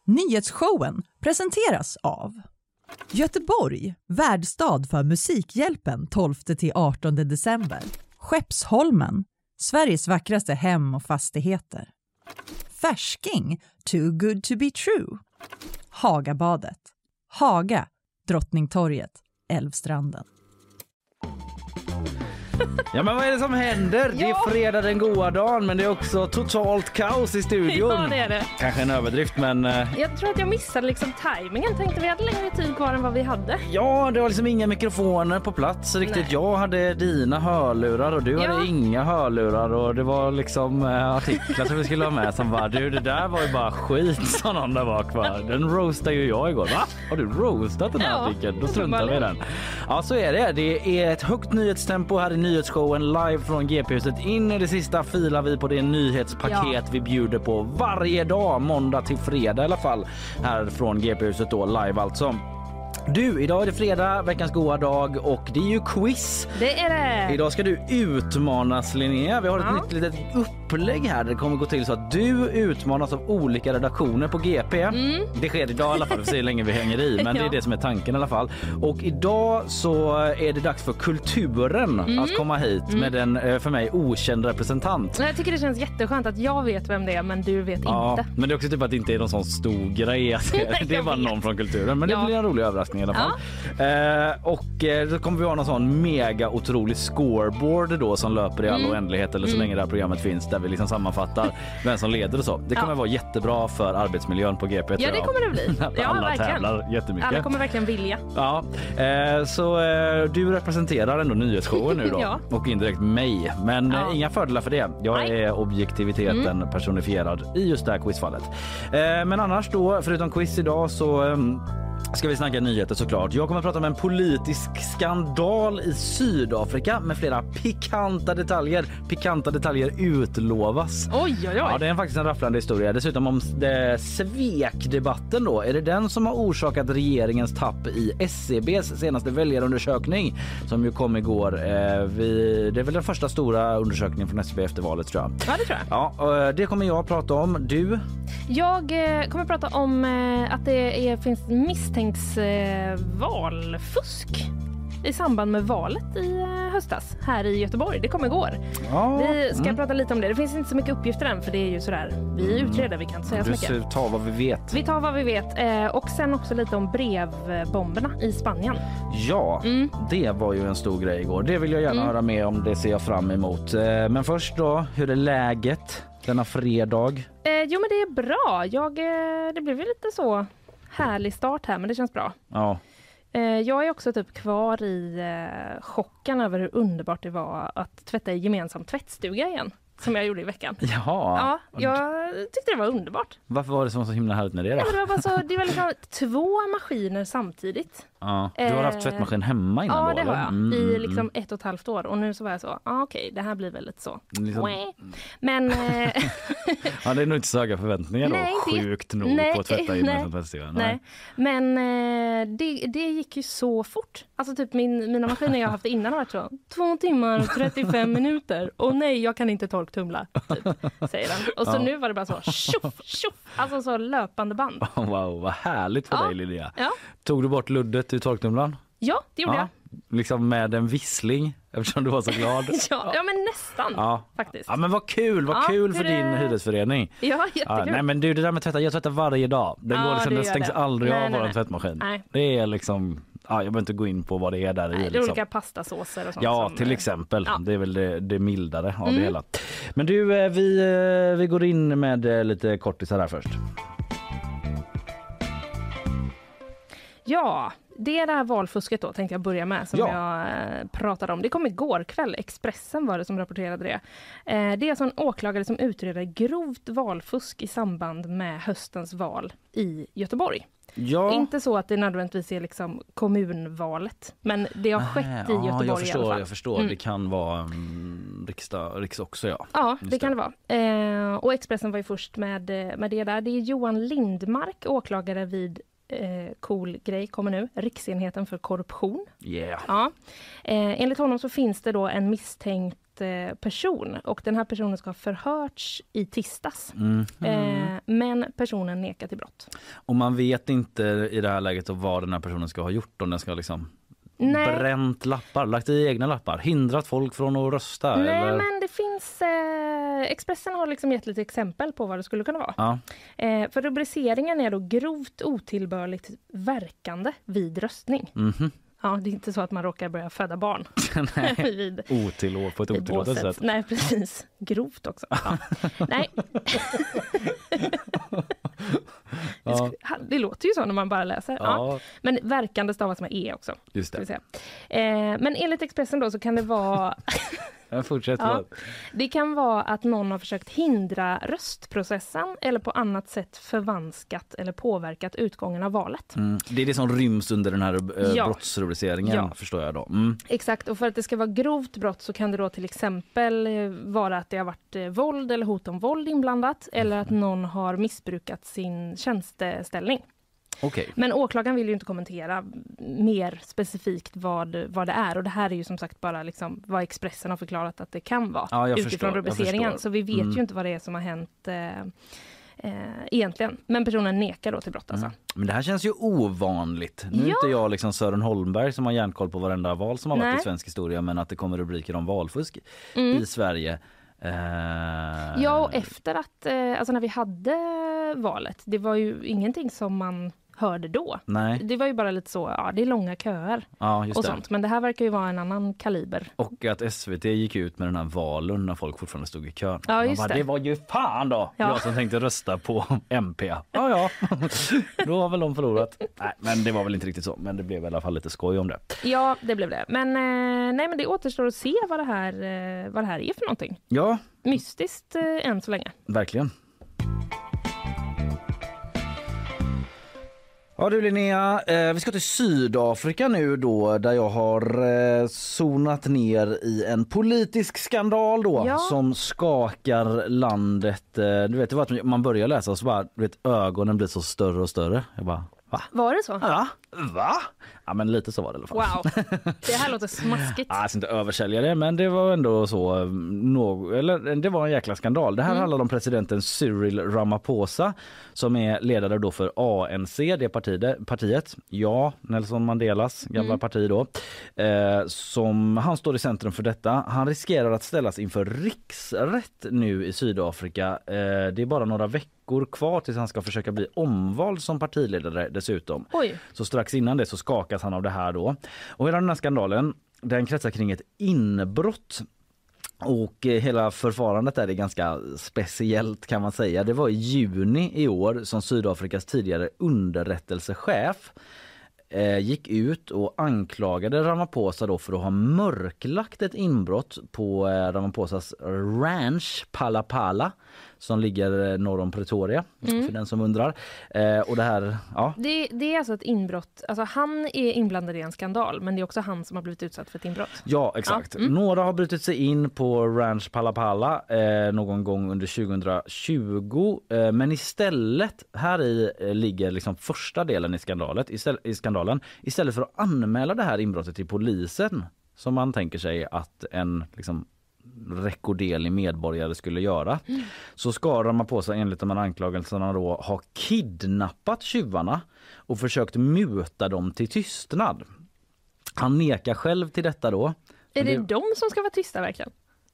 Nyhetsshowen presenteras av Göteborg, värdstad för Musikhjälpen 12-18 december. Skeppsholmen, Sveriges vackraste hem och fastigheter. Färsking, too good to be true. Hagabadet, Haga, Drottningtorget, Älvstranden. Ja, men vad är det som händer? Det är fredag den goda dagen, men det är också totalt kaos i studion. Ja, det är det. Kanske en överdrift, men... Jag tror att jag missade liksom tajmingen. Tänkte vi hade längre tid kvar än vad vi hade. Ja, det var liksom inga mikrofoner på plats riktigt. Nej. Jag hade dina hörlurar och du hade inga hörlurar. Och det var liksom artiklar som vi skulle ha med som var, du, det där var ju bara skit, sa någon där bak. Den roastade ju jag igår. Va? Har du roastat den här artikeln? Då struntar vi i den. Ja, så är det. Det är ett högt nyhetstempo här i nyhetsshowen live från GP-huset. In i det sista filar vi på det nyhetspaket vi bjuder på varje dag, måndag till fredag i alla fall, här från GP-huset då, live alltså. Du, idag är det fredag, veckans goda dag, och det är ju quiz. Det är det. Idag ska du utmanas, Linnea. Vi har ett nytt litet upplägg här. Det kommer gå till så att du utmanas av olika redaktioner på GP. Det sker idag i alla fall, för att se hur länge vi hänger i. Men det är det som är tanken i alla fall. Och idag så är det dags för kulturen att komma hit med en för mig okänd representant. Jag tycker det känns jätteskönt att jag vet vem det är, men du vet inte. Men det är också typ att det inte är någon sån stor grej. Det är bara någon från kulturen. Men det blir en rolig överraskning i alla fall. Och då kommer vi ha någon sån mega otrolig scoreboard då som löper i all oändlighet eller så länge det här programmet finns, där vi liksom sammanfattar vem som leder och så. Det kommer vara jättebra för arbetsmiljön på GP. Ja, det kommer det bli. Alla verkligen. tävlar jättemycket. Alla kommer verkligen vilja. Ja, så du representerar ändå nyhetsshowen nu då och indirekt mig. Men inga fördelar för det. Jag är objektiviteten personifierad i just det här quizfallet. Men annars då, förutom quiz idag, så ska vi snacka nyheter såklart. Jag kommer att prata om en politisk skandal i Sydafrika med flera pikanta detaljer. Pikanta detaljer utlovas. Oj. Ja, det är faktiskt en rafflande historia. Dessutom om svekdebatten då. Är det den som har orsakat regeringens tapp i SCBs senaste väljarundersökning som ju kom igår? Det är väl den första stora undersökningen från SCB efter valet, tror jag. Ja, det tror jag. Ja, det kommer jag att prata om. Du? Jag kommer att prata om att det finns misstänkt valfusk i samband med valet i höstas här i Göteborg. Det kommer igår. Vi ska prata lite om det. Det finns inte så mycket uppgifter än, för det är ju sådär. Vi utreder, vi kan inte säga så mycket. Vi tar vad vi vet. Vi tar vad vi vet. Och sen också lite om brevbomberna i Spanien. Ja, det var ju en stor grej igår. Det vill jag gärna höra med om, det ser jag fram emot. Men först då, hur är läget denna fredag? Jo, men det är bra. Det blev ju lite så härlig start här, men det känns bra. Ja. Jag är också typ kvar i chocken över hur underbart det var att tvätta i gemensam tvättstuga igen, som jag gjorde i veckan. Ja, jag tyckte det var underbart. Varför var det så himla härligt med det då? Ja, det var bara så, det var liksom 2 maskiner samtidigt. Ja, du har haft tvättmaskin hemma innan då? Ja, det har jag. I liksom 1,5 år. Och nu så var jag så, okej, det här blir väl lite så. Men... ja, det är nog inte så höga förväntningar då. Sjukt nog på att tvätta in med tvättstuga. Nej. Men det gick ju så fort. Alltså typ mina maskiner jag har haft innan har varit så 2 timmar och 35 minuter. Och nej, jag kan inte torktumla, typ, säger den. Och så nu var det bara så tjoff. Alltså så löpande band. Wow, vad härligt för dig, Linnea. Ja. Tog du bort luddet ur torktumlaren? Ja, det gjorde jag. Liksom med en vissling, eftersom du var så glad. ja, men nästan faktiskt. Ja, men vad kul för din hyresförening. Ja, jättekul. Nej, men du, det där med tvätta, jag tvättar varje dag. Den stängs aldrig av vår tvättmaskin. Nej. Det är liksom... jag behöver inte gå in på vad det är där i. Det är liksom olika pastasåser och sånt. Ja, till exempel. Ja. Det är väl det mildare av det hela. Men du, vi går in med lite kortisar här först. Ja, det är det här valfusket då tänkte jag börja med som jag pratade om. Det kom igår kväll. Expressen var det som rapporterade det. Det är alltså en åklagare som utreder grovt valfusk i samband med höstens val i Göteborg. Ja. Inte så att det nödvändigtvis är liksom kommunvalet, men det har skett i Göteborg i alla fall. Jag förstår. Det kan vara riks också, ja. Ja, det kan det vara. Och Expressen var ju först med det där. Det är Johan Lindmark, åklagare vid cool grej kommer nu. Riksenheten för korruption. Yeah. Ja. Enligt honom så finns det då en misstänkt person och den här personen ska ha förhörts i tisdags. Men personen nekar till brott. Och man vet inte i det här läget vad den här personen ska ha gjort, om den ska liksom bränt lappar, lagt i egna lappar, hindrat folk från att rösta. Nej, eller? Men det finns... Expressen har liksom gett lite exempel på vad det skulle kunna vara. Ja. För rubriceringen är då grovt otillbörligt verkande vid röstning. Ja, det är inte så att man råkar börja föda barn. Nej, på ett otillåtet sätt. Nej, precis. Grovt också. Ja. Nej. Ja. Det låter ju så när man bara läser. Ja. Men verkande stavas med E också. Just det. Men enligt Expressen då så kan det vara... Det kan vara att någon har försökt hindra röstprocessen eller på annat sätt förvanskat eller påverkat utgången av valet. Det är det som ryms under den här brottsrubriceringen, förstår jag då. Exakt, och för att det ska vara grovt brott så kan det då till exempel vara att det har varit våld eller hot om våld inblandat eller att någon har missbrukat sin tjänsteställning. Okay. Men åklagaren vill ju inte kommentera mer specifikt vad det är. Och det här är ju som sagt bara liksom vad Expressen har förklarat att det kan vara utifrån rubriceringen. Så vi vet ju inte vad det är som har hänt egentligen. Men personen nekar då till brott alltså. Men det här känns ju ovanligt. Nu är inte jag liksom Sören Holmberg som har järnkoll på varenda val som har varit i svensk historia, men att det kommer rubriker om valfusk i Sverige. Ja, och efter att alltså när vi hade valet, det var ju ingenting som man hörde då. Nej. Det var ju bara lite så, det är långa köer och sånt. Men det här verkar ju vara en annan kaliber. Och att SVT gick ut med den här valen när folk fortfarande stod i kön. Ja, just det var ju fan då! Jag som tänkte rösta på MP. Ja. Då har väl de förlorat. Nej, men det var väl inte riktigt så. Men det blev i alla fall lite skoj om det. Ja, det blev det. Men men det återstår att se vad det här är för någonting. Ja. Mystiskt än så länge. Verkligen. Ja du Linnea, vi ska till Sydafrika nu då, där jag har zonat ner i en politisk skandal då som skakar landet. Du vet, det var att man börjar läsa och så bara, du vet, ögonen blir så större och större. Jag bara, va? Var det så? Ja, va? Ja, men lite så var det i alla fall. Wow, det här låter smaskigt. Jag ska inte översälja det, men det var ändå så, det var en jäkla skandal. Det här handlar om presidenten Cyril Ramaphosa som är ledare då för ANC, det partiet. Ja, Nelson Mandelas gamla parti då. Han står i centrum för detta. Han riskerar att ställas inför riksrätt nu i Sydafrika. Det är bara några veckor kvar tills han ska försöka bli omvald som partiledare dessutom. Oj. Så strax innan det så skakas han av det här då. Och hela den här skandalen, den kretsar kring ett inbrott. Och hela förfarandet är ganska speciellt kan man säga. Det var i juni i år som Sydafrikas tidigare underrättelsechef gick ut och anklagade Ramaphosa då för att ha mörklagt ett inbrott på Ramaphosas ranch Palapala som ligger norr om Pretoria, för den som undrar. Och det här, Det är alltså ett inbrott. Alltså han är inblandad i en skandal, men det är också han som har blivit utsatt för ett inbrott. Ja, exakt. Några har brutit sig in på Ranch Palapala någon gång under 2020. Men istället, här i ligger liksom första delen i skandalen. Istället för att anmäla det här inbrottet till polisen, som man tänker sig att en liksom rekorderlig medborgare skulle göra, så ska Ramaphosa enligt de här anklagelserna då ha kidnappat tjuvarna och försökt muta dem till tystnad. Han nekar själv till detta då. Är det de som ska vara tysta verkligen?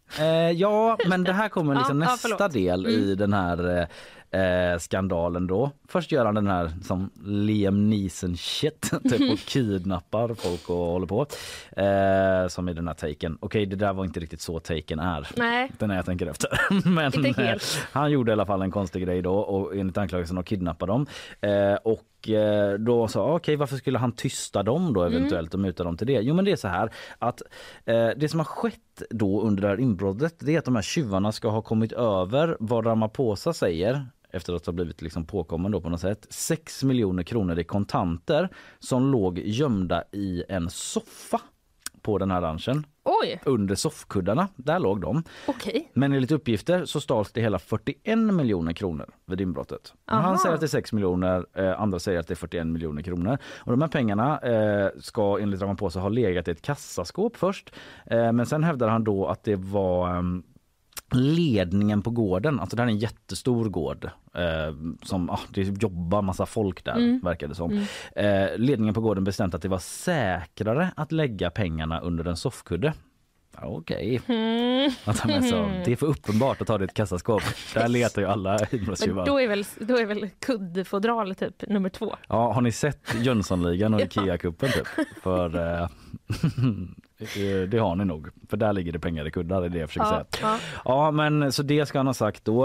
Ja, men det här kommer liksom nästa del i den här skandalen då. Först gör han den här som Liam Neeson shit typ och kidnappar folk och håller på. Som i den här taken. Okej, det där var inte riktigt så taken är. Nej. Den är jag tänker efter. Men han gjorde i alla fall en konstig grej då och enligt anklagelsen att kidnappa dem. Och då sa okej, varför skulle han tysta dem då eventuellt och muta dem till det? Jo, men det är så här att det som har skett då under det här inbrottet, det är att de här tjuvarna ska ha kommit över vad Ramaphosa säger efter att ha blivit liksom påkommen då på något sätt, 6 miljoner kronor i kontanter som låg gömda i en soffa på den här ranchen. Oj! Under soffkuddarna, där låg de. Okej. Men enligt uppgifter så stals det hela 41 miljoner kronor vid inbrottet. Han säger att det är 6 miljoner, andra säger att det är 41 miljoner kronor. Och de här pengarna ska enligt Ramaphosa ha legat i ett kassaskåp först. Men sen hävdar han då att det var ledningen på gården, alltså det här är en jättestor gård som det jobbar massa folk där, verkar det som. Ledningen på gården bestämt att det var säkrare att lägga pengarna under en soffkudde. Okej. Det är för uppenbart att ta det i ett kassaskåp. Där letar ju alla inbrottstjuvar. Då är väl kuddfodral typ nummer 2. Ja, har ni sett Jönssonligan och Ikea-kuppen typ? För det har ni nog. För där ligger det pengar i kuddar, är det jag försöker säga. Ja, men så det ska han ha sagt då.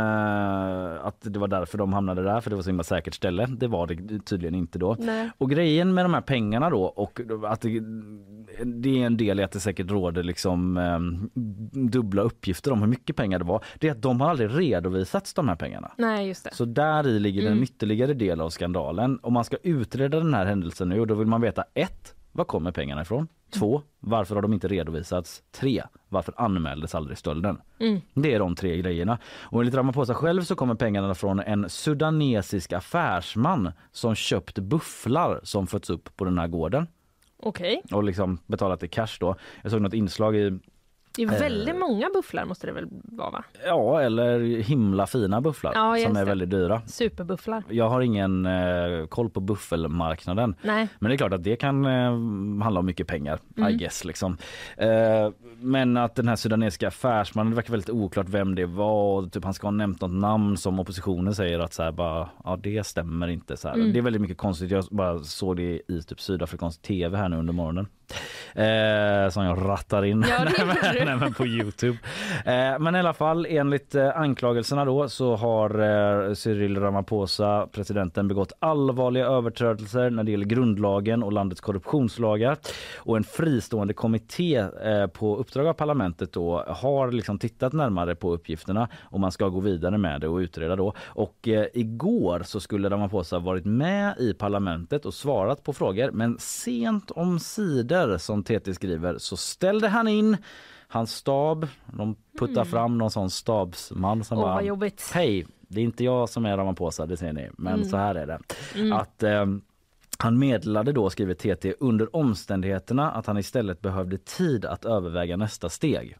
Att det var därför de hamnade där, för det var så himla säkert ställe. Det var det tydligen inte då. Nej. Och grejen med de här pengarna då, och att det är en del i att det säkert råder liksom dubbla uppgifter om hur mycket pengar det var. Det är att de har aldrig redovisats, de här pengarna. Nej, just det. Så där i ligger en ytterligare del av skandalen. Om man ska utreda den här händelsen nu, då vill man veta 1. Var kommer pengarna ifrån? 2. Varför har de inte redovisats? 3. Varför anmäldes aldrig stölden? Det är de 3 grejerna. Och enligt Ramaphosa själv så kommer pengarna från en sudanesisk affärsman som köpt bufflar som fötts upp på den här gården. Okej. Och liksom betalat i cash då. Jag såg något inslag i... Det är väldigt många bufflar måste det väl vara, va? Ja, eller himla fina bufflar som är väldigt dyra. Superbufflar. Jag har ingen koll på buffelmarknaden. Nej. Men det är klart att det kan handla om mycket pengar, I guess liksom. Men att den här sudanesiska affärsmannen, det verkar väldigt oklart vem det var. Typ han ska ha nämnt något namn som oppositionen säger att så här, bara, det stämmer inte. Så här. Det är väldigt mycket konstigt. Jag bara såg det i typ sydafrikansk tv här nu under morgonen. Som jag rattar in men på YouTube. Men i alla fall, enligt anklagelserna då, så har Cyril Ramaphosa, presidenten, begått allvarliga överträdelser när det gäller grundlagen och landets korruptionslagar. Och en fristående kommitté på uppdrag av parlamentet då har liksom tittat närmare på uppgifterna och man ska gå vidare med det och utreda då. Och igår så skulle Ramaphosa varit med i parlamentet och svarat på frågor, men sent om sidor, som TT skriver, så ställde han in hans stab. De puttar fram någon sån stabsman som bara, hej, det är inte jag som är Ramaphosa, det ser ni, men så här är det. Att han meddelade då, skriver TT, under omständigheterna att han istället behövde tid att överväga nästa steg.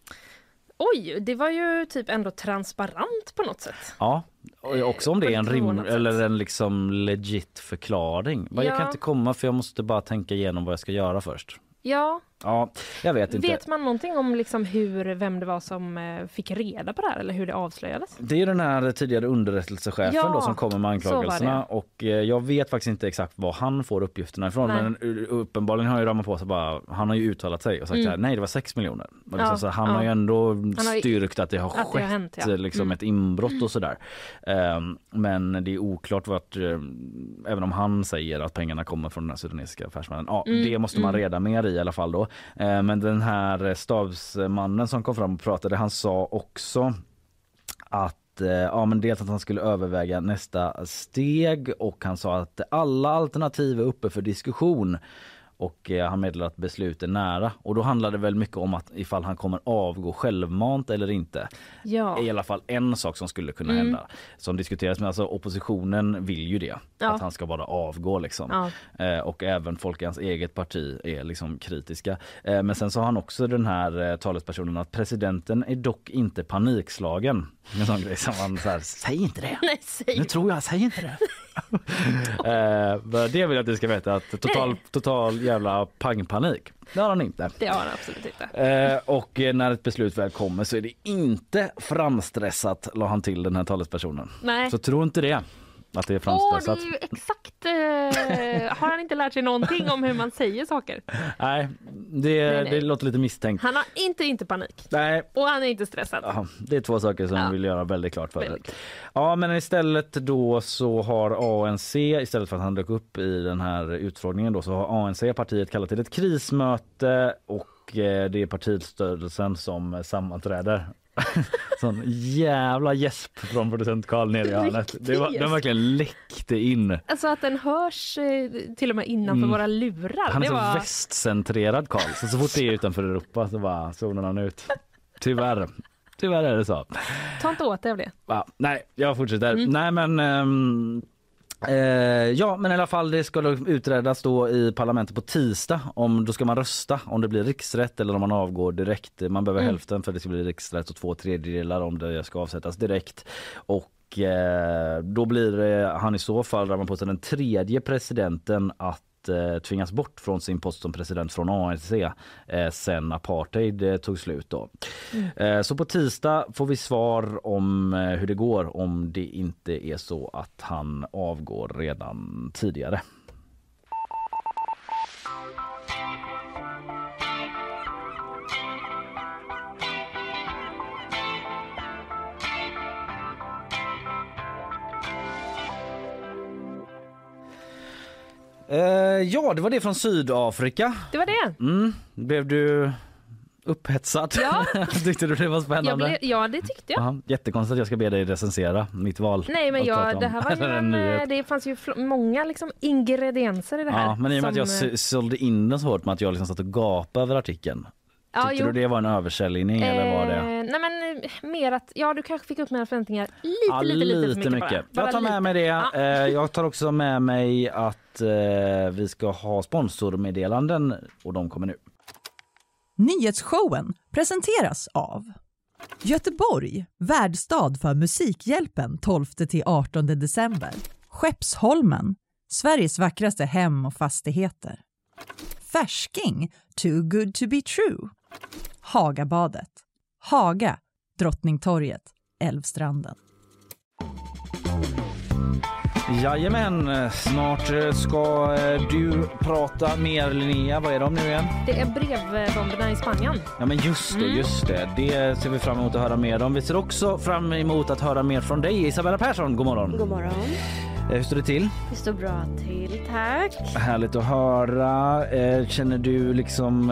Oj, det var ju typ ändå transparent på något sätt. Ja, och också om det är en eller en liksom legit förklaring. Jag kan inte komma för jag måste bara tänka igenom vad jag ska göra först. Ja. Ja, jag vet inte. Vet man någonting om liksom vem det var som fick reda på det här eller hur det avslöjades? Det är den här tidigare underrättelsechefen då som kommer med anklagelserna och jag vet faktiskt inte exakt var han får uppgifterna ifrån. Nej. Men uppenbarligen har ju Ramaphosa han har ju uttalat sig och sagt så här, nej det var 6 miljoner. Och liksom så han har ju ändå styrkt att det har skett hänt, liksom ett inbrott och sådär. Men det är oklart vart, även om han säger att pengarna kommer från den här sudanesiska affärsmannen. Det måste man reda mer i alla fall då. Men den här stabsmannen som kom fram och pratade, han sa också att men dels att han skulle överväga nästa steg och han sa att alla alternativ är uppe för diskussion. Och han meddelar att beslut är nära. Och då handlar det väl mycket om att ifall han kommer avgå självmant eller inte. Ja. I alla fall en sak som skulle kunna hända. Som diskuteras med, alltså oppositionen vill ju det. Ja. Att han ska bara avgå liksom. Ja. Och även folk i hans eget parti är liksom kritiska. Men sen sa han också, den här talespersonen, att presidenten är dock inte panikslagen. En sån grej som man så här, säg inte det. Nej, nu tror jag, säg inte det. Det vill jag att du ska veta, att total jävla pangpanik. Det har han inte. Det har han absolut inte. Och när ett beslut väl kommer så är det inte framstressat, la han till den här talespersonen. Nej. Så tro inte det. Att det är framstressat. Det är ju exakt. Har han inte lärt sig någonting om hur man säger saker? Nej, det låter lite misstänkt. Han har inte panik. Nej. Och han är inte stressad. Ja, det är 2 saker som jag vill göra väldigt klart för det. Ja, men istället då så har ANC, istället för att han dök upp i den här utfrågningen då, så har ANC, partiet, kallat till ett krismöte och det är partistyrelsen som sammanträder. Sån jävla gäsp från producent Karl nere i hörnet. Den verkligen läckte in. Alltså att den hörs till och med innanför våra lurar. Han är så västcentrerad Karl. Så fort det är utanför Europa så bara zonar han ut. Tyvärr är det så. Ta inte åt dig av det. Ja, nej, jag fortsätter. Nej men... ja, men i alla fall det ska utredas då i parlamentet på tisdag. Då ska man rösta om det blir riksrätt eller om man avgår direkt. Man behöver hälften för det ska bli riksrätt och 2/3 om det ska avsättas direkt. Och då blir han i så fall, där man på sig den tredje presidenten att tvingas bort från sin post som president från ANC sen apartheid tog slut då. Så på tisdag får vi svar om hur det går om det inte är så att han avgår redan tidigare. Ja, det var det från Sydafrika. Det var det. Blev du upphetsad? Ja. Tyckte du det var spännande? Ja, det tyckte jag. Aha, jättekonstigt att jag ska be dig recensera mitt val. Nej, men det här var ju det fanns ju många liksom ingredienser i det här. Ja, men i och med att jag sålde in den så hårt med att jag liksom satt och gapade över artikeln. Tyckte du det var en översäljning eller var det? Nej, men mer att du kanske fick upp mina förväntningar lite för mycket. Jag tar med mig det. Ja. Jag tar också med mig att vi ska ha sponsormeddelanden och de kommer nu. Nyhetsshowen presenteras av Göteborg, värdstad för Musikhjälpen 12-18 december. Skeppsholmen, Sveriges vackraste hem och fastigheter. Färsking, too good to be true. Hagabadet. Haga, Drottningtorget, Älvstranden. Jajamän, snart ska du prata mer, Linnea. Vad är de nu igen? Det är brevbomberna i Spanien. Ja, men just det. Det ser vi fram emot att höra mer om. Vi ser också fram emot att höra mer från dig, Isabella Persson. God morgon. God morgon. Hur står det till? Det står bra till, tack. Härligt att höra. Känner du liksom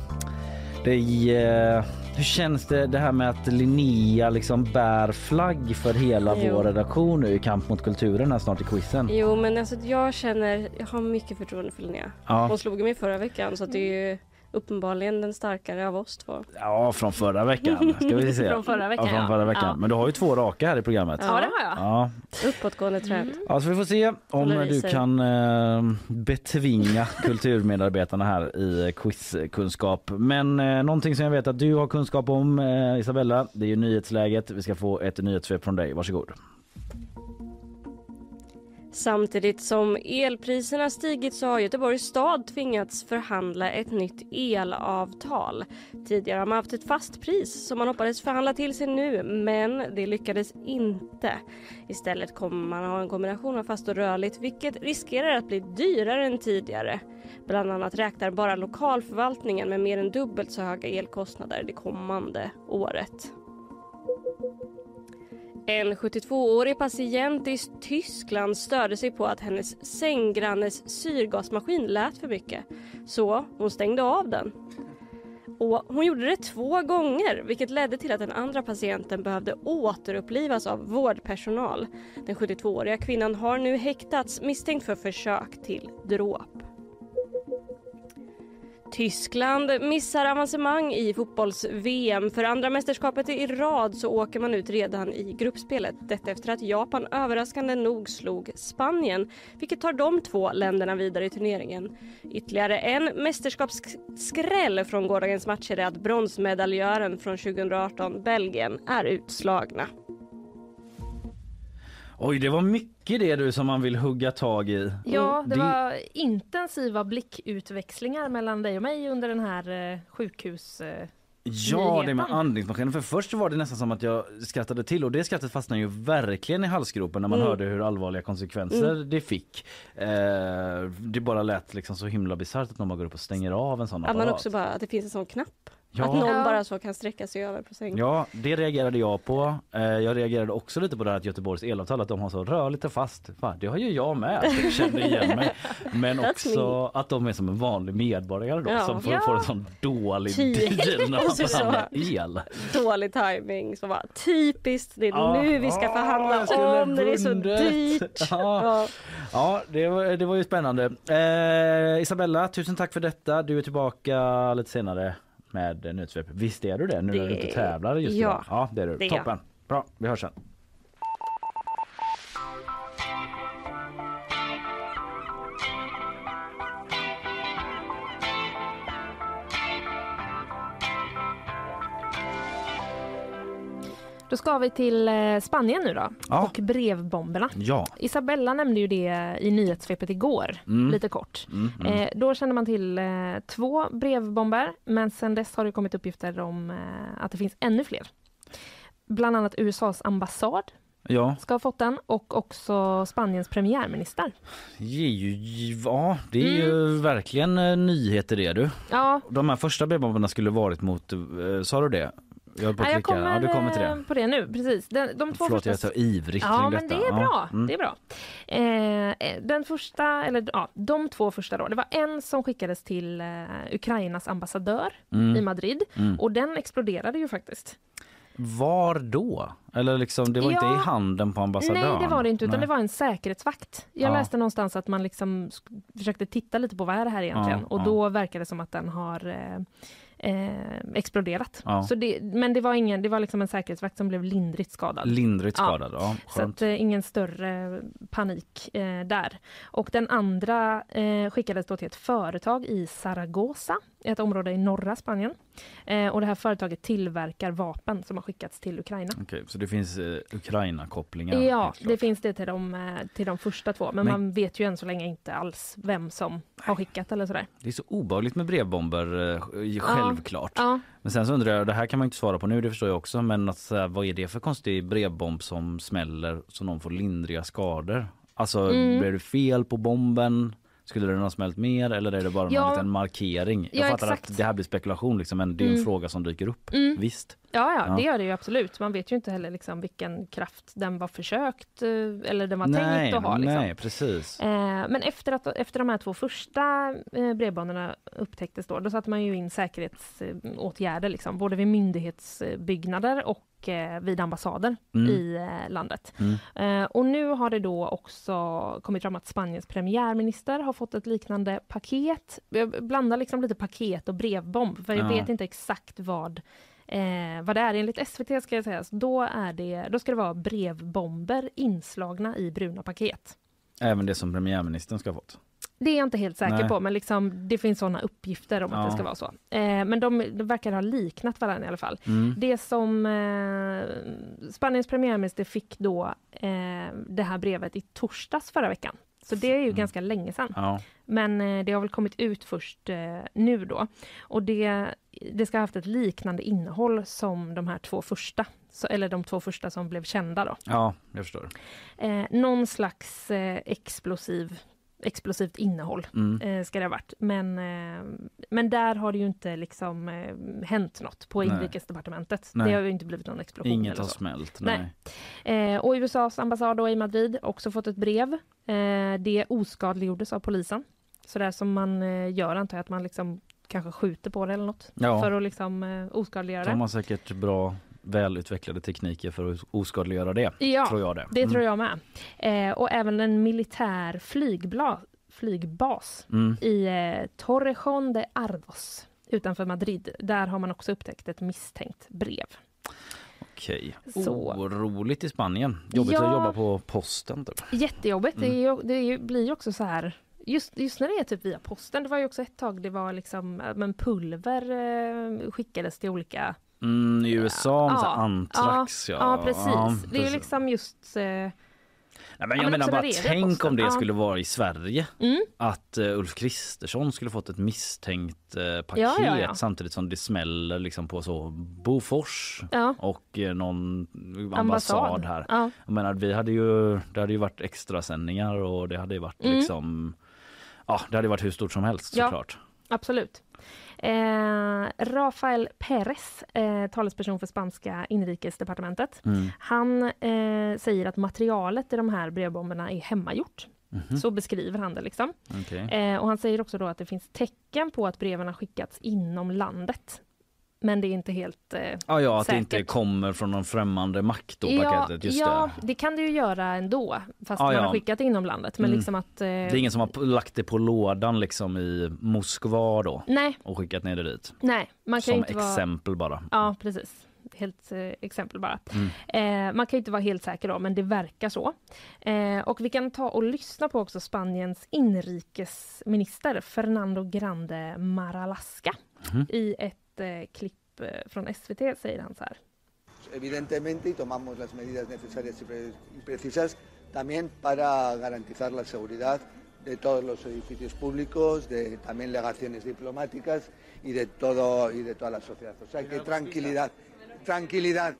hur känns det här med att Linnea liksom bär flagg för hela vår redaktion nu i kamp mot kulturen här snart i quizen? Jo, men alltså jag har mycket förtroende för Linnea. Ja. Hon slog mig förra veckan så att det är ju uppenbarligen den starkare av oss två. Ja, från förra veckan ska vi se. Från förra veckan. Ja, från förra veckan. Ja. Men du har ju 2 raka här i programmet. Ja, det har jag. Ja. Uppåtgående trend. Ja, så vi får se om du kan betvinga kulturmedarbetarna här i quizkunskap. Men någonting som jag vet att du har kunskap om, Isabella, det är ju nyhetsläget. Vi ska få ett nyhetssvep från dig. Varsågod. Samtidigt som elpriserna stigit så har Göteborgs stad tvingats förhandla ett nytt elavtal. Tidigare har man haft ett fast pris som man hoppades förhandla till sig nu, men det lyckades inte. Istället kommer man ha en kombination av fast och rörligt, vilket riskerar att bli dyrare än tidigare. Bland annat räknar bara lokalförvaltningen med mer än dubbelt så höga elkostnader det kommande året. En 72-årig patient i Tyskland störde sig på att hennes sänggrannes syrgasmaskin lät för mycket. Så hon stängde av den. Och hon gjorde det 2 gånger, vilket ledde till att den andra patienten behövde återupplivas av vårdpersonal. Den 72-åriga kvinnan har nu häktats misstänkt för försök till dråp. Tyskland missar avancemang i fotbolls-VM. För andra mästerskapet i rad så åker man ut redan i gruppspelet. Detta efter att Japan överraskande nog slog Spanien, vilket tar de 2 länderna vidare i turneringen. Ytterligare en mästerskapsskräll från gårdagens matcher är att bronsmedaljören från 2018, Belgien, är utslagna. Oj, det var mycket det du som man vill hugga tag i. Ja, det var intensiva blickutväxlingar mellan dig och mig under den här sjukhus... Ja, det med andningsmaskinen. För först var det nästan som att jag skrattade till, och det skrattet fastnade ju verkligen i halsgropen när man hörde hur allvarliga konsekvenser det fick. Det bara lät liksom så himla bisarrt att någon bara går upp och stänger av en sån apparat. Att man också bara, att det finns en sån knapp. Ja. Att någon bara så kan sträcka sig över på sängen. Ja, det reagerade jag på. Jag reagerade också lite på det här att Göteborgs elavtal, att de har så rörligt och fast. Fan, det har ju jag med. Jag kände igen mig. Men också att de är som en vanlig medborgare då, som får en sån dålig deal när man förhandlar el. Dålig timing. Så bara, typiskt, det är nu vi ska förhandla om när det är så dyrt. Ja, det var ju spännande. Isabella, tusen tack för detta. Du är tillbaka lite senare med nyhetssvep. Visst är du det nu när du inte tävlar just idag? Ja, det är du. Det är Toppen. Bra, vi hörs sen. Då ska vi till Spanien nu då. Ja. Och brevbomberna. Ja. Isabella nämnde ju det i nyhetssvepet igår, lite kort. Då kände man till 2 brevbomber, men sen dess har det kommit uppgifter om att det finns ännu fler. Bland annat USAs ambassad ska ha fått den, och också Spaniens premiärminister. Ja, det är ju verkligen nyheter det du. Ja. De här första brevbomberna skulle varit mot, sa du det? Jag kommer till det. På det nu, precis. De 2 Förlåt, jag är så ivrig kring men detta. det är bra. Det är bra. De 2 första då. Det var en som skickades till Ukrainas ambassadör i Madrid. Och den exploderade ju faktiskt. Var då? Eller liksom, det var inte i handen på ambassadören? Nej, det var det inte, utan det var en säkerhetsvakt. Jag läste någonstans att man liksom försökte titta lite på vad är det här egentligen. Och då verkar det som att den har exploderat. Så men det var liksom en säkerhetsvakt som blev lindrigt skadad. Ja, så att ingen större panik där. Och den andra skickades då till ett företag i Zaragoza, ett område i norra Spanien. Och det här företaget tillverkar vapen som har skickats till Ukraina. Okej, så det finns Ukraina-kopplingar? Ja, det finns det till de första 2. Men man vet ju än så länge inte alls vem som har skickat eller sådär. Det är så obehagligt med brevbomber, självklart. Ja. Men sen så undrar jag, det här kan man inte svara på nu, det förstår jag också. Men att, vad är det för konstig brevbomb som smäller så någon får lindriga skador? Alltså, blir det fel på bomben? Skulle den ha smält mer, eller är det bara en liten markering? Jag fattar att det här blir spekulation liksom, men det är en fråga som dyker upp. Visst. Ja, det gör det ju absolut. Man vet ju inte heller liksom vilken kraft den var försökt eller den var tänkt att ha. Liksom. Nej, precis. Men efter de här 2 första brevbanorna upptäcktes då satte man ju in säkerhetsåtgärder liksom, både vid myndighetsbyggnader och vid ambassader i landet. Och nu har det då också kommit fram att Spaniens premiärminister har fått ett liknande paket. Jag blandar liksom lite paket och brevbomb, för jag vet inte exakt vad det är. Enligt SVT ska jag säga, då ska det vara brevbomber inslagna i bruna paket. Även det som premiärministern ska ha fått? Det är jag inte helt säker på, men liksom, det finns sådana uppgifter om att det ska vara så. Men de verkar ha liknat varandra i alla fall. Det som Spaniens premiärminister fick då det här brevet i torsdags förra veckan. Så det är ju ganska länge sedan. Ja. Men det har väl kommit ut först nu då. Och det ska ha haft ett liknande innehåll som de här 2 första. Eller de 2 första som blev kända då. Ja, jag förstår. Någon slags explosivt innehåll ska det ha varit. Men där har det ju inte liksom hänt något på inrikesdepartementet. Det har ju inte blivit någon explosion. Inget har smält, nej. Och USAs ambassad då i Madrid också fått ett brev. Det oskadliggjordes av polisen. Så där som man gör, antar jag, att man liksom kanske skjuter på det eller något. För att liksom oskadliggöra det. De har säkert bra välutvecklade tekniker för att oskadliggöra det, tror jag det. Det tror jag med. Och även en militär flygbas i Torrejón de Ardoz utanför Madrid. Där har man också upptäckt ett misstänkt brev. Okej. Roligt i Spanien. Jobbigt att jobba på posten. Typ. Jättejobbigt. Det blir ju också så här. Just när det är typ via posten. Det var ju också ett tag det var liksom pulver skickades till olika i USA med antrax. Ja, precis. Det är ju liksom just... Nej, men jag menar bara, tänk om det skulle vara i Sverige. Att Ulf Kristersson skulle fått ett misstänkt paket samtidigt som det smäller liksom på så Bofors och någon ambassad här. Ja. Jag menar, det hade ju varit extra sändningar och det hade ju varit liksom... Ja, det hade varit hur stort som helst såklart. Absolut. Rafael Pérez, talesperson för spanska inrikesdepartementet, han säger att materialet i de här brevbomberna är hemmagjort. Så beskriver han det liksom. Och han säger också då att det finns tecken på att breven har skickats inom landet. Men det är inte helt att säkert. Det inte kommer från någon främmande makt då, paketet. Just det kan det ju göra ändå, fast man har skickat inom landet. Men liksom att, det är ingen som har lagt det på lådan liksom i Moskva då? Nej. Och skickat ner det dit? Nej. Man kan som inte exempel bara? Ja, precis. Helt exempel bara. Man kan inte vara helt säker då, men det verkar så. Och vi kan ta och lyssna på också Spaniens inrikesminister Fernando Grande Marlaska i ett klipp från SVT säger han så här. Evidentemente tomamos las medidas necesarias y precisas también para garantizar la seguridad de todos los edificios públicos, de también legaciones diplomáticas y de toda la sociedad. O sea que tranquilidad.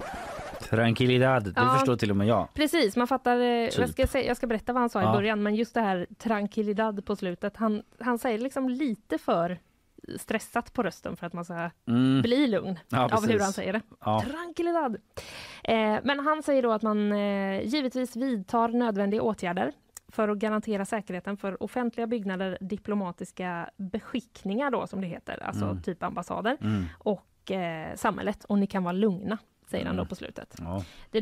Det förstår till och med jag. Precis, man fattar. Jag ska berätta vad han sa i början, men just det här tranquilidad på slutet. Han säger liksom lite för stressat på rösten för att man ska bli lugn av hur han säger det. Tranquilidad. Men han säger då att man givetvis vidtar nödvändiga åtgärder för att garantera säkerheten för offentliga byggnader, diplomatiska beskickningar då som det heter, alltså typ ambassader och samhället, och ni kan vara lugna, säger han då på slutet. Det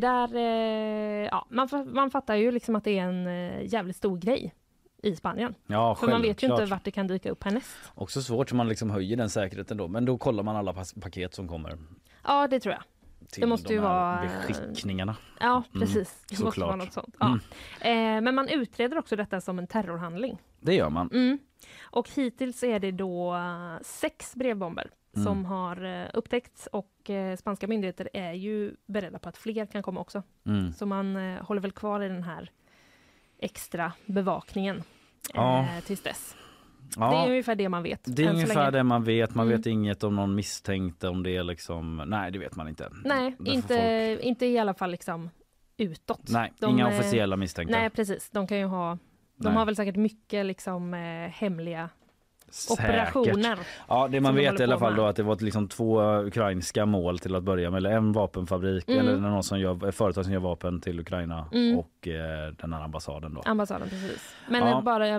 där, man fattar ju liksom att det är en jävligt stor grej i Spanien. För man vet ju inte vart det kan dyka upp härnäst. Också svårt om man liksom höjer den säkerheten då, men då kollar man alla paket som kommer. Ja, det tror jag. Det måste ju vara beskickningarna. Ja, precis. Det måste vara något sånt. Men man utreder också detta som en terrorhandling. Det gör man. Och hittills är det då 6 brevbomber som har upptäckts, och spanska myndigheter är ju beredda på att fler kan komma också. Så man håller väl kvar i den här extra bevakningen tills dess. Det är ungefär det man vet. Det är ungefär det man vet. Man vet inget om någon misstänkt, om det är liksom... Nej, det vet man inte. Nej, inte i alla fall liksom utåt. Nej, inga officiella misstänkta. Nej, precis. De kan ju ha... De har väl säkert mycket liksom hemliga operationer. Ja, det man vet i alla fall då att det var liksom 2 ukrainska mål till att börja med, eller en vapenfabrik eller någon som gör företag som gör vapen till Ukraina och den här ambassaden då. Ambassaden, precis. Men bara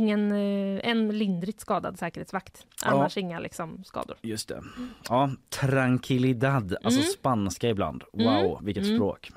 en lindrigt skadad säkerhetsvakt. Annars inga liksom skador. Just det. Ja, tranquilidad, alltså spanska ibland. Wow, vilket språk.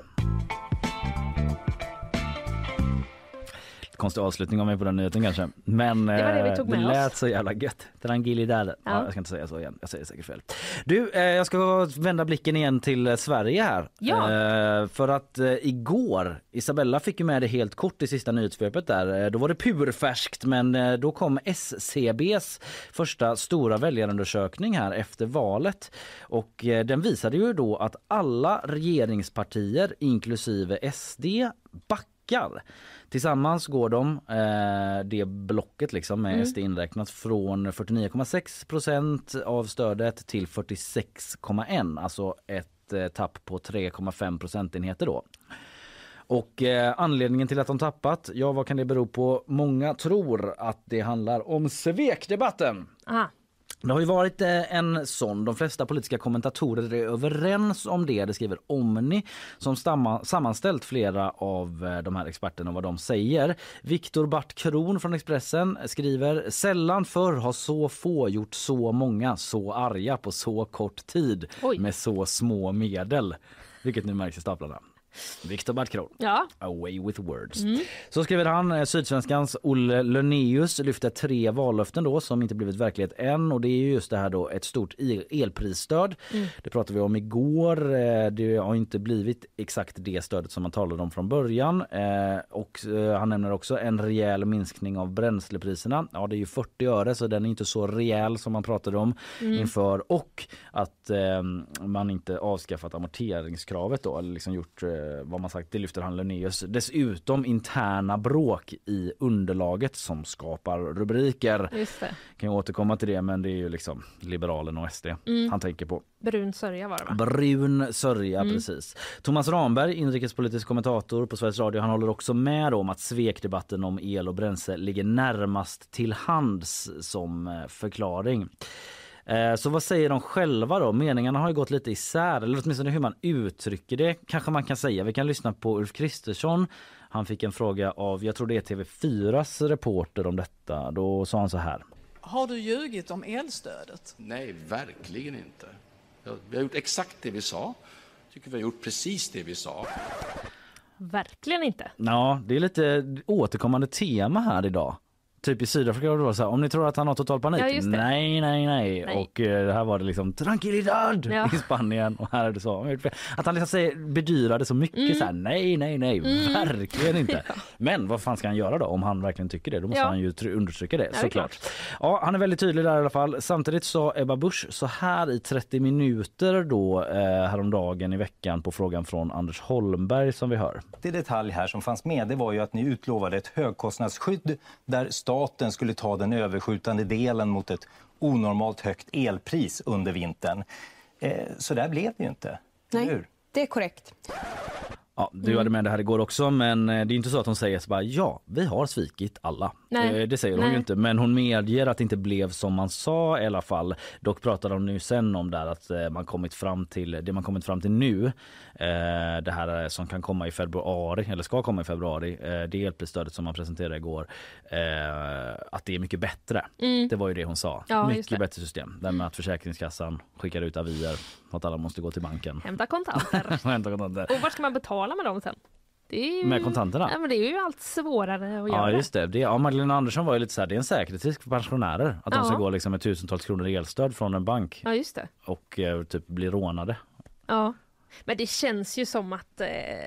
Konstig avslutning av mig på den nyheten kanske. Men det lät så jävla gött. Tranquilidad. Ja, jag ska inte säga så igen. Jag säger säkert fel. Du, jag ska vända blicken igen till Sverige här. Ja. För att igår, Isabella fick ju med det helt kort i sista nyhetssvepet där. Då var det purfärskt, men då kom SCBs första stora väljarundersökning här efter valet. Och den visade ju då att alla regeringspartier, inklusive SD, backar. Tillsammans går de, det blocket liksom med SD inräknat, från 49,6% av stödet till 46,1%. Alltså ett tapp på 3,5 procentenheter då. Och anledningen till att de tappat, vad kan det bero på? Många tror att det handlar om svekdebatten. Aha. Det har ju varit en sån. De flesta politiska kommentatorer är överens om det. Det skriver Omni som sammanställt flera av de här experterna och vad de säger. Viktor Bart Kron från Expressen skriver: sällan förr har så få gjort så många så arga på så kort tid med så små medel. Vilket nu märks i staplarna. Viktor Bart Kron. Ja. Away with words. Så skriver han. Sydsvenskans Olle Lönneus lyfter 3 vallöften då som inte blivit verklighet än, och det är ju just det här då, ett stort elprisstöd. Det pratade vi om igår. Det har inte blivit exakt det stödet som man talade om från början. Och han nämner också en rejäl minskning av bränslepriserna. Ja, det är ju 40 öre, så den är inte så rejäl som man pratade om inför, och att man inte avskaffat amorteringskravet då, eller liksom gjort vad man sagt, det lyfter han Linnaeus. Dessutom interna bråk i underlaget som skapar rubriker. Just det. Kan jag återkomma till det, men det är ju liksom Liberalen och SD han tänker på. Brun sörja var det, va? Brun sörja, precis. Thomas Ramberg, inrikespolitisk kommentator på Sveriges Radio, han håller också med om att svekdebatten om el och bränsle ligger närmast till hands som förklaring. Så vad säger de själva då? Meningarna har ju gått lite isär, eller åtminstone hur man uttrycker det kanske man kan säga. Vi kan lyssna på Ulf Kristersson. Han fick en fråga av, jag tror det är TV4s reporter om detta. Då sa han så här. Har du ljugit om elstödet? Nej, verkligen inte. Vi har gjort exakt det vi sa. Jag tycker vi har gjort precis det vi sa. Verkligen inte. Ja, det är lite återkommande tema här idag. Typ i Sydafrika var det så här, om ni tror att han har total panik. Ja, nej. Och här var det liksom tranquilidad i Spanien. Och här är det så. Att han liksom bedyrade så mycket så här, nej, verkligen inte. Men vad fan ska han göra då om han verkligen tycker det? Då måste han ju understryka det, såklart. Ja, han är väldigt tydlig där i alla fall. Samtidigt sa Ebba Busch så här i 30 minuter då häromdagen i veckan på frågan från Anders Holmberg som vi hör. Det detalj här som fanns med, det var ju att ni utlovade ett högkostnadsskydd där staten skulle ta den överskjutande delen mot ett onormalt högt elpris under vintern. Så där blev det ju inte. Nej, hur? Det är korrekt. Ja, du hade med det här igår också, men det är inte så att hon säger så bara, ja, vi har svikit alla. Det säger hon ju inte, men hon medger att det inte blev som man sa i alla fall. Dock pratade hon nu sen om där att man kommit fram till nu, det här som kan komma i februari, eller ska komma i februari, det elprisstödet som man presenterade igår, att det är mycket bättre. Det var ju det hon sa. Mycket bättre system. Där med att Försäkringskassan skickar ut avier att alla måste gå till banken. Hämta kontanter. Och var ska man betala med dem sen? Det är ju, med kontanterna? Ja, men det är ju allt svårare att göra. Ja, just det. Magdalena Andersson var ju lite så här, det är en säkerhetsrisk för pensionärer. Att de ska gå liksom med tusentals kronor i elstöd från en bank. Ja, just det. Och typ bli rånade. Ja. Men det känns ju som att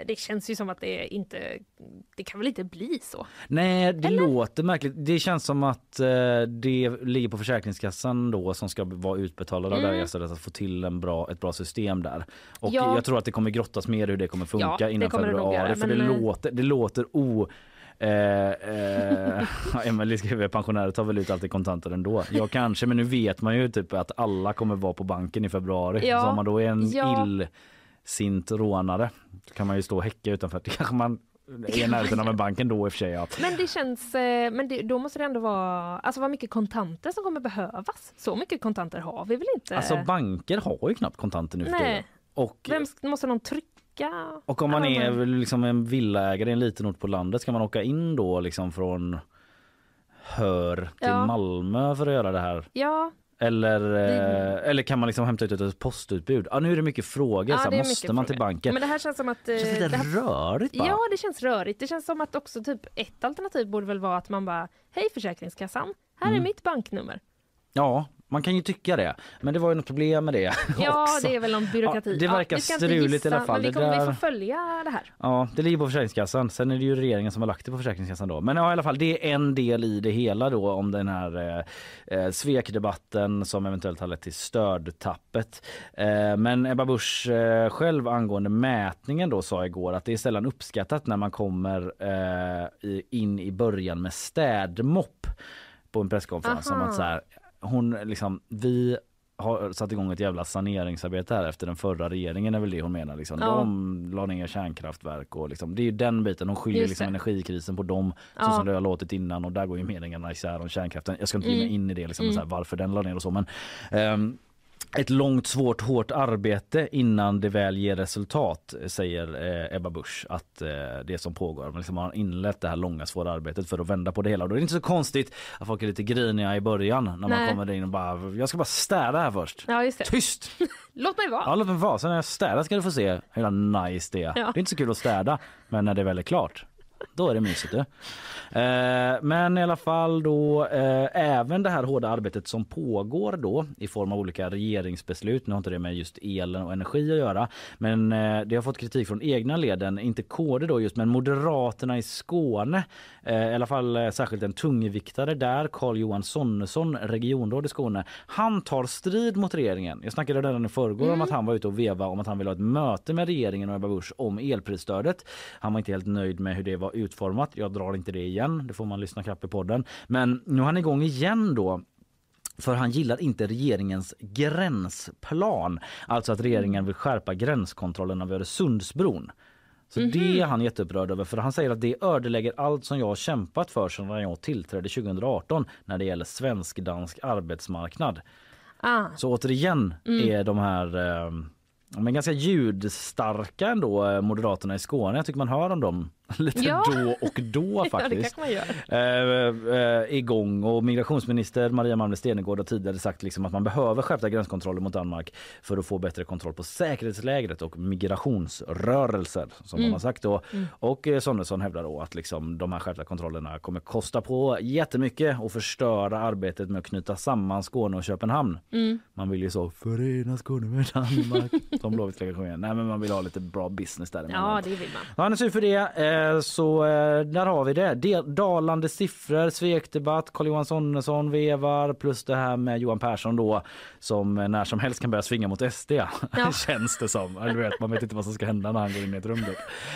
det inte, det kan väl inte bli så. Nej, det låter märkligt. Det känns som att det ligger på Försäkringskassan då som ska vara utbetalade av det här, att få till ett bra system där. Och jag tror att det kommer grottas mer hur det kommer funka innan februari. För det låter Emelie skriver, pensionärer tar väl ut alltid kontanter ändå. Ja, kanske, men nu vet man ju typ att alla kommer vara på banken i februari. Så om man då är en sint rånare kan man ju stå och häcka utanför. Det kanske man är närheten av en banken då i och för sig. Ja. Men det känns, då måste det ändå vara, alltså vad mycket kontanter som kommer behövas. Så mycket kontanter har vi väl inte? Alltså banker har ju knappt kontanter nu för tiden. Och måste någon trycka? Och om man är liksom en villaägare i en liten ort på landet, ska man åka in då liksom från Hör till Malmö för att göra det här? Ja. Eller kan man liksom hämta ut ett postutbud? Nu är det mycket frågor. Så måste man till banken? Men det här känns som att... Det känns lite rörigt bara. Ja, det känns rörigt. Det känns som att också typ ett alternativ borde väl vara att man bara, hej Försäkringskassan, här är mitt banknummer. Ja, man kan ju tycka det. Men det var ju något problem med det. Ja, också. Det är väl någon byråkrati. Det verkar struligt i alla fall. Men vi får följa det här. Ja, det ligger på Försäkringskassan. Sen är det ju regeringen som har lagt det på Försäkringskassan då. Men ja, i alla fall, det är en del i det hela då om den här svekdebatten som eventuellt har lett till stödtappet. Men Ebba Busch själv angående mätningen då sa igår att det är sällan uppskattat när man kommer in i början med städmopp på en presskonferens. Som att så här, vi har satt igång ett jävla saneringsarbete här efter den förra regeringen, är väl det hon menar liksom. De la ner kärnkraftverk och liksom, det är ju den biten, hon skyller liksom energikrisen på dem så som det har låtit innan, och där går ju meningarna isär om kärnkraften. Jag ska inte ge mig in i det liksom, så här, varför den la ner och så, men ett långt, svårt, hårt arbete innan det väl ger resultat, säger Ebba Busch att det som pågår. Man liksom har inlett det här långa, svåra arbetet för att vända på det hela. Och då är det inte så konstigt att folk är lite griniga i början när man kommer in och bara, jag ska bara städa här först. Ja, just det. Tyst! Låt mig vara. Ja, låt mig vara. Sen när jag städar ska du få se hur nice det är. Ja. Det är inte så kul att städa, men när det väl är klart, Då är det mysigt. Men i alla fall då även det här hårda arbetet som pågår då i form av olika regeringsbeslut. Nu har inte det med just elen och energi att göra, men det har fått kritik från egna leden, inte KD då just, men Moderaterna i Skåne, i alla fall särskilt en tungviktare där, Carl-Johan Sonnesson, regionråd i Skåne. Han tar strid mot regeringen. Jag snackade redan i förrgår om att han var ute och veva om att han ville ha ett möte med regeringen och Ebba Busch om elprisstödet. Han var inte helt nöjd med hur det var utformat. Jag drar inte det igen, det får man lyssna knappt i podden. Men nu är han igång igen då. För han gillar inte regeringens gränsplan. Alltså att regeringen vill skärpa gränskontrollen av Öresundsbron. Så det är han jätteupprörd över, för han säger att det ödelägger allt som jag har kämpat för sedan jag tillträdde 2018 när det gäller svensk-dansk arbetsmarknad. Så återigen är de här men ganska ljudstarka ändå, Moderaterna i Skåne. Jag tycker man hör om dem lite då och då faktiskt. Ja, det kanske man gör. Igång, och migrationsminister Maria Malmö Stenergård har tidigare sagt liksom att man behöver skärpta gränskontroller mot Danmark för att få bättre kontroll på säkerhetslägret och migrationsrörelser som man har sagt då. Och Sonnesson hävdar då att liksom de här skärpta kontrollerna kommer kosta på jättemycket och förstöra arbetet med att knyta samman Skåne och Köpenhamn. Man vill ju så förena Skåne med Danmark. De Blåvitt kanske igen. Nej, men man vill ha lite bra business där. Ja, det vill man. Han är sur för det. Så där har vi det. Dalande siffror, svekdebatt, Carl-Johan Sonnesson vevar, plus det här med Johan Persson då som när som helst kan börja svinga mot SD. Känns det som. Du vet, man vet inte vad som ska hända när han går in i ett rum.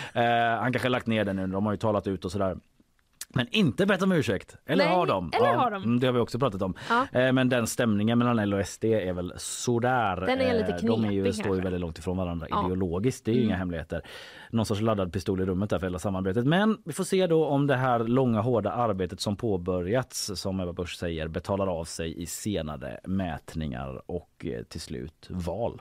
Han kanske har lagt ner det nu. De har ju talat ut och sådär. Men inte bett om ursäkt. Eller har de? Eller har de. Det har vi också pratat om. Men den stämningen mellan L och SD är väl sådär. Den är lite knepig. De står ju väldigt långt ifrån varandra ideologiskt. Det är ju inga hemligheter. Någon sorts laddad pistol i rummet där för hela samarbetet. Men vi får se då om det här långa hårda arbetet som påbörjats, som Ebba Busch säger, betalar av sig i senare mätningar och till slut val.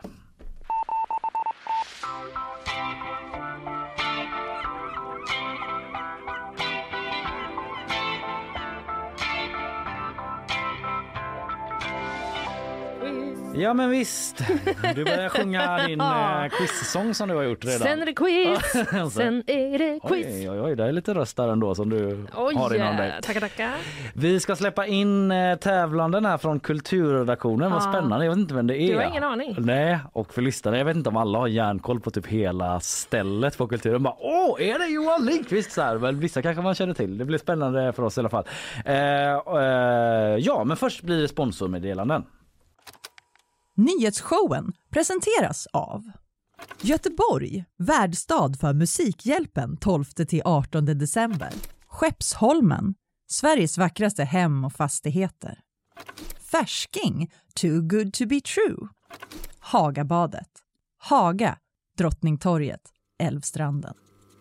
Ja men visst, du börjar sjunga din quiz-sång som du har gjort redan. Sen är det quiz, sen är det quiz. Oj, det är lite röst där ändå som du har inom dig. Tackar. Vi ska släppa in tävlanden här från kulturredaktionen. Vad spännande, jag vet inte vem det är. Du har ingen aning. Nej, och för lyssnarna, jag vet inte om alla har järnkoll på typ hela stället på kulturen. Bara, är det Johan Lindqvist så här? Väl, vissa kanske man känner till. Det blir spännande för oss i alla fall. Ja, men först blir det sponsormeddelanden. Nyhetsshowen presenteras av Göteborg, värdstad för Musikhjälpen 12-18 december. Skeppsholmen, Sveriges vackraste hem och fastigheter. Färsking, too good to be true. Hagabadet, Haga, Drottningtorget, Älvstranden.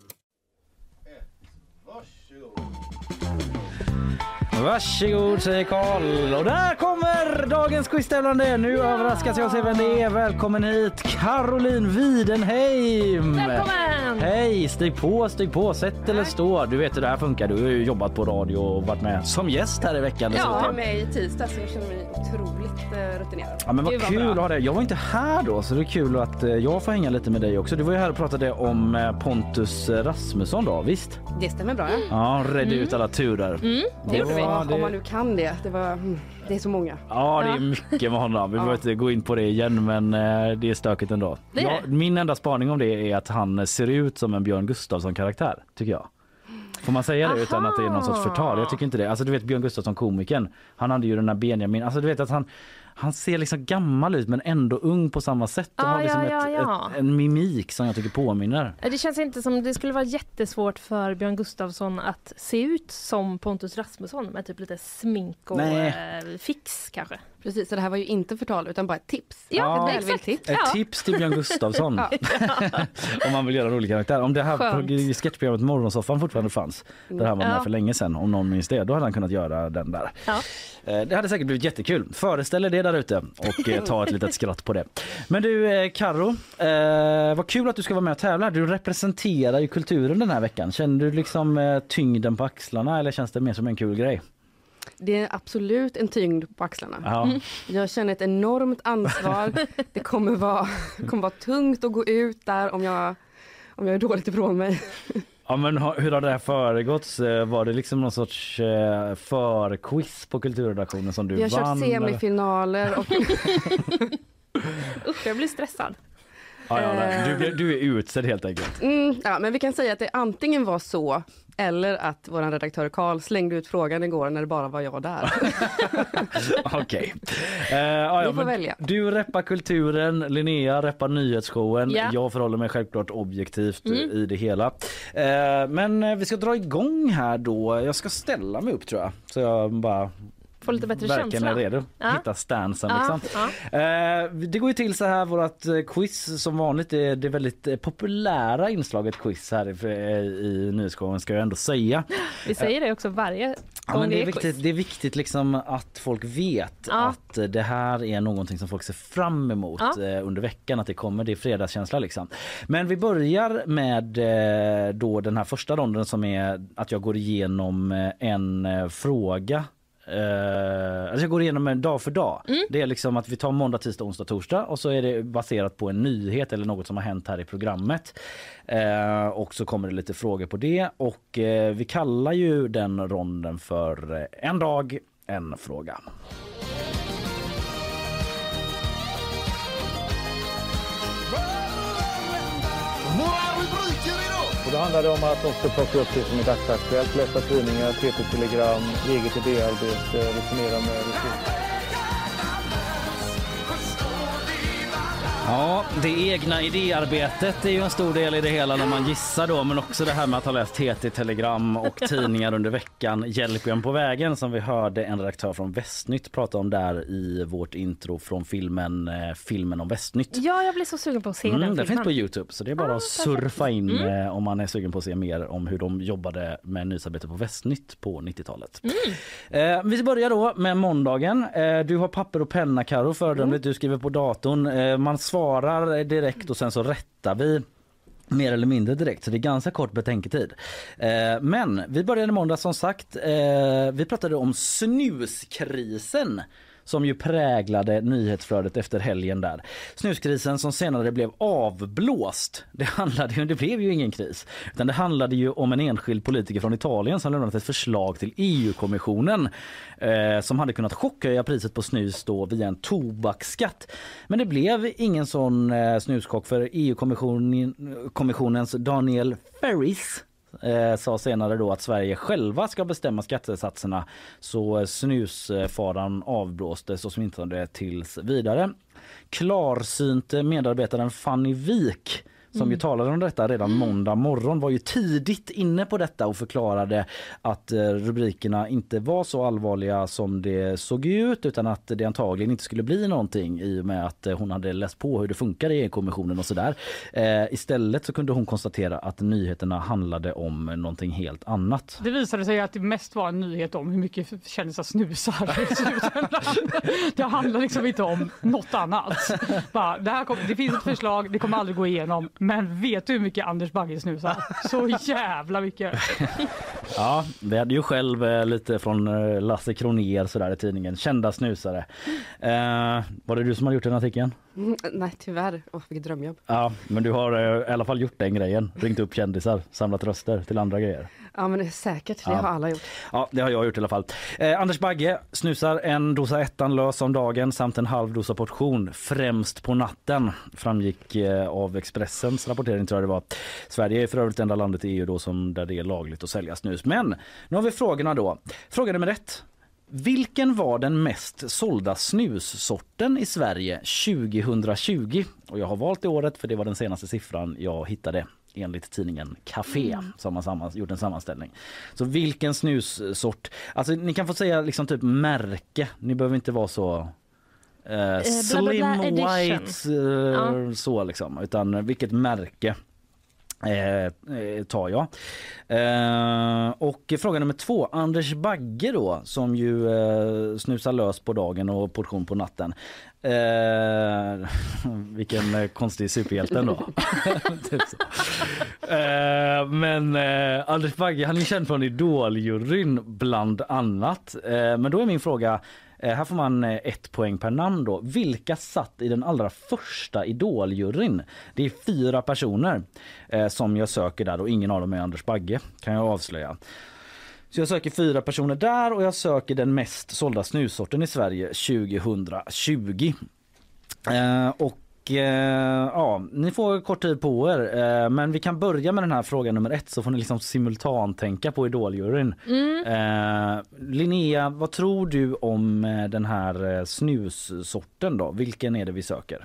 Varsågod, säger Karl. Och där kommer dagens quiztävlande. Nu överraskas jag se vem det är. Välkommen hit, Caroline Widenheim. Välkommen! Hej, stig på, sätt eller stå. Du vet hur det här funkar. Du har ju jobbat på radio och varit med som gäst här i veckan. Jag var med i tisdag så jag känner mig otroligt rutinerad. Ja, men vad kul att ha det. Jag var inte här då, så det är kul att jag får hänga lite med dig också. Du var ju här och pratade om Pontus Rasmusson då, visst? Det stämmer bra, ja. Ja, redde ut alla turer. Det gjorde vi. Om man nu kan det. Det är så många. Ja, det är mycket med honom. Vi behöver inte gå in på det igen, men det är stökigt ändå. Min enda spaning om det är att han ser ut som en Björn Gustafsson-karaktär, tycker jag. Får man säga det utan att det är någon sorts förtal? Jag tycker inte det. Alltså du vet Björn Gustafsson, komikern. Han hade ju den här Benjamin. Alltså du vet att han ser liksom gammal ut men ändå ung på samma sätt. Han har liksom en mimik som jag tycker påminner. Det känns inte som det skulle vara jättesvårt för Björn Gustafsson att se ut som Pontus Rasmusson med typ lite smink och fix kanske. Precis, så det här var ju inte förtal utan bara ett tips. Ja, ett välvilligt tips. Ett tips till Björn Gustafsson. Om man vill göra en rolig karaktär. Om det här sketchprogrammet Morgonsoffan fortfarande fanns. Där han var med för länge sedan, om någon minns det, då hade han kunnat göra den där. Det hade säkert blivit jättekul. Föreställ er det där ute och ta ett litet skratt på det. Men du, Karo, vad kul att du ska vara med och tävla. Du representerar ju kulturen den här veckan. Känner du liksom tyngden på axlarna eller känns det mer som en kul grej? Det är absolut en tyngd på axlarna. Ja. Jag känner ett enormt ansvar. Det kommer vara tungt att gå ut där om jag är dåligt ifrån mig. Ja, men hur har det här föregåtts? Var det liksom någon sorts förquiz på kulturredaktionen som du vann? Vi har kört semifinaler och... Usch, jag blir stressad. Du är utsedd helt enkelt. Ja, men vi kan säga att det antingen var så eller att vår redaktör Karl slängde ut frågan igår när det bara var jag där. Okej. Ni får välja. Du reppar kulturen, Linnea reppar nyhetsshowen. Ja. Jag förhåller mig självklart objektivt i det hela. Men vi ska dra igång här då. Jag ska ställa mig upp tror jag. Så jag bara... Få lite bättre verkligen känsla. är redo. Hitta stansen liksom. Det går ju till så här, vårat quiz som vanligt är det väldigt populära inslaget quiz här i nyhetsshowen ska jag ändå säga. Vi säger det också varje gång men det är viktigt, quiz. det är viktigt liksom att folk vet att det här är någonting som folk ser fram emot under veckan, att det kommer, det är fredagskänsla liksom. Men vi börjar med då den här första ronden som är att jag går igenom en fråga. Alltså jag går igenom en dag för dag. Det är liksom att vi tar måndag, tisdag, onsdag, torsdag och så är det baserat på en nyhet eller något som har hänt här i programmet. Och så kommer det lite frågor på det och vi kallar ju den ronden för en dag, en fråga. Och då handlar det om att också plocka upp det som är dagsaktuellt, läsa tidningar, TT-telegram, eget idéarbete, resonera med resurser. Ja, det egna idéarbetet är ju en stor del i det hela när man gissar då, men också det här med att ha läst TT-telegram och tidningar under veckan hjälper en på vägen som vi hörde en redaktör från Västnytt prata om där i vårt intro från filmen om Västnytt. Ja, jag blir så sugen på att se den filmen. Den finns på YouTube så det är bara att surfa in om man är sugen på att se mer om hur de jobbade med nyhetsarbete på Västnytt på 90-talet. Vi börjar då med måndagen. Du har papper och penna, Karo, föredömligt. Du skriver på datorn. Man svarar direkt och sen så rättar vi mer eller mindre direkt, så det är ganska kort betänketid. Men vi började måndag som sagt. Vi pratade om snuskrisen som ju präglade nyhetsflödet efter helgen där. Snuskrisen som senare blev avblåst. Det blev ju ingen kris. Utan det handlade ju om en enskild politiker från Italien som lämnat ett förslag till EU-kommissionen som hade kunnat chockhöja priset på snus då via en tobaksskatt. Men det blev ingen sån snuschock för EU-kommissionens Daniel Ferris sa senare då att Sverige själva ska bestämma skattesatserna så snusfaran avblåstes och smittade tills vidare. Klarsynt medarbetaren Fanny Wik som ju talade om detta redan måndag morgon var ju tidigt inne på detta och förklarade att rubrikerna inte var så allvarliga som det såg ut utan att det antagligen inte skulle bli någonting i och med att hon hade läst på hur det funkar i EU-kommissionen och sådär. Istället så kunde hon konstatera att nyheterna handlade om någonting helt annat. Det visade sig att det mest var en nyhet om hur mycket kändisar snusar. Det handlar liksom inte om något annat. Det finns ett förslag, det kommer aldrig gå igenom. Men vet du hur mycket Anders Bagge snusar? Så jävla mycket. Ja, vi hade ju själv lite från Lasse Kronér sådär i tidningen. Kända snusare. Var det du som har gjort den artikeln? Nej, tyvärr. Vilket drömjobb. Ja, men du har i alla fall gjort den grejen. Ringt upp kändisar, samlat röster till andra grejer. Ja, men det är säkert. Det har alla gjort. Ja, det har jag gjort i alla fall. Anders Bagge snusar en dosa ettan lös om dagen samt en halv dosa portion, främst på natten. Framgick av Expressens rapportering tror jag det var. Sverige är för övrigt enda landet i EU då där det är lagligt att sälja snus. Men nu har vi frågorna då. Fråga nummer 1. Vilken var den mest sålda snussorten i Sverige 2020? Och jag har valt det året för det var den senaste siffran jag hittade enligt tidningen Café som har gjort en sammanställning. Så vilken snussort? Alltså ni kan få säga liksom typ märke. Ni behöver inte vara så slim white så liksom, utan vilket märke tar jag. Och fråga nummer 2. Anders Bagge då som ju snusar lös på dagen och portion på natten. Vilken konstig superhjälte då. Typ så. Men Anders Bagge han är känd från Idol-juryn bland annat. Men då är min fråga Här får man 1 poäng per namn då. Vilka satt i den allra första Idoljuryn? Det är 4 personer som jag söker där och ingen av dem är Anders Bagge, kan jag avslöja. Så jag söker 4 personer där och jag söker den mest sålda snussorten i Sverige 2020. Ja, ni får kort tid på er, men vi kan börja med den här frågan nummer 1 så får ni liksom simultantänka på Idoljuryn. Linnea, vad tror du om den här snussorten då? Vilken är det vi söker?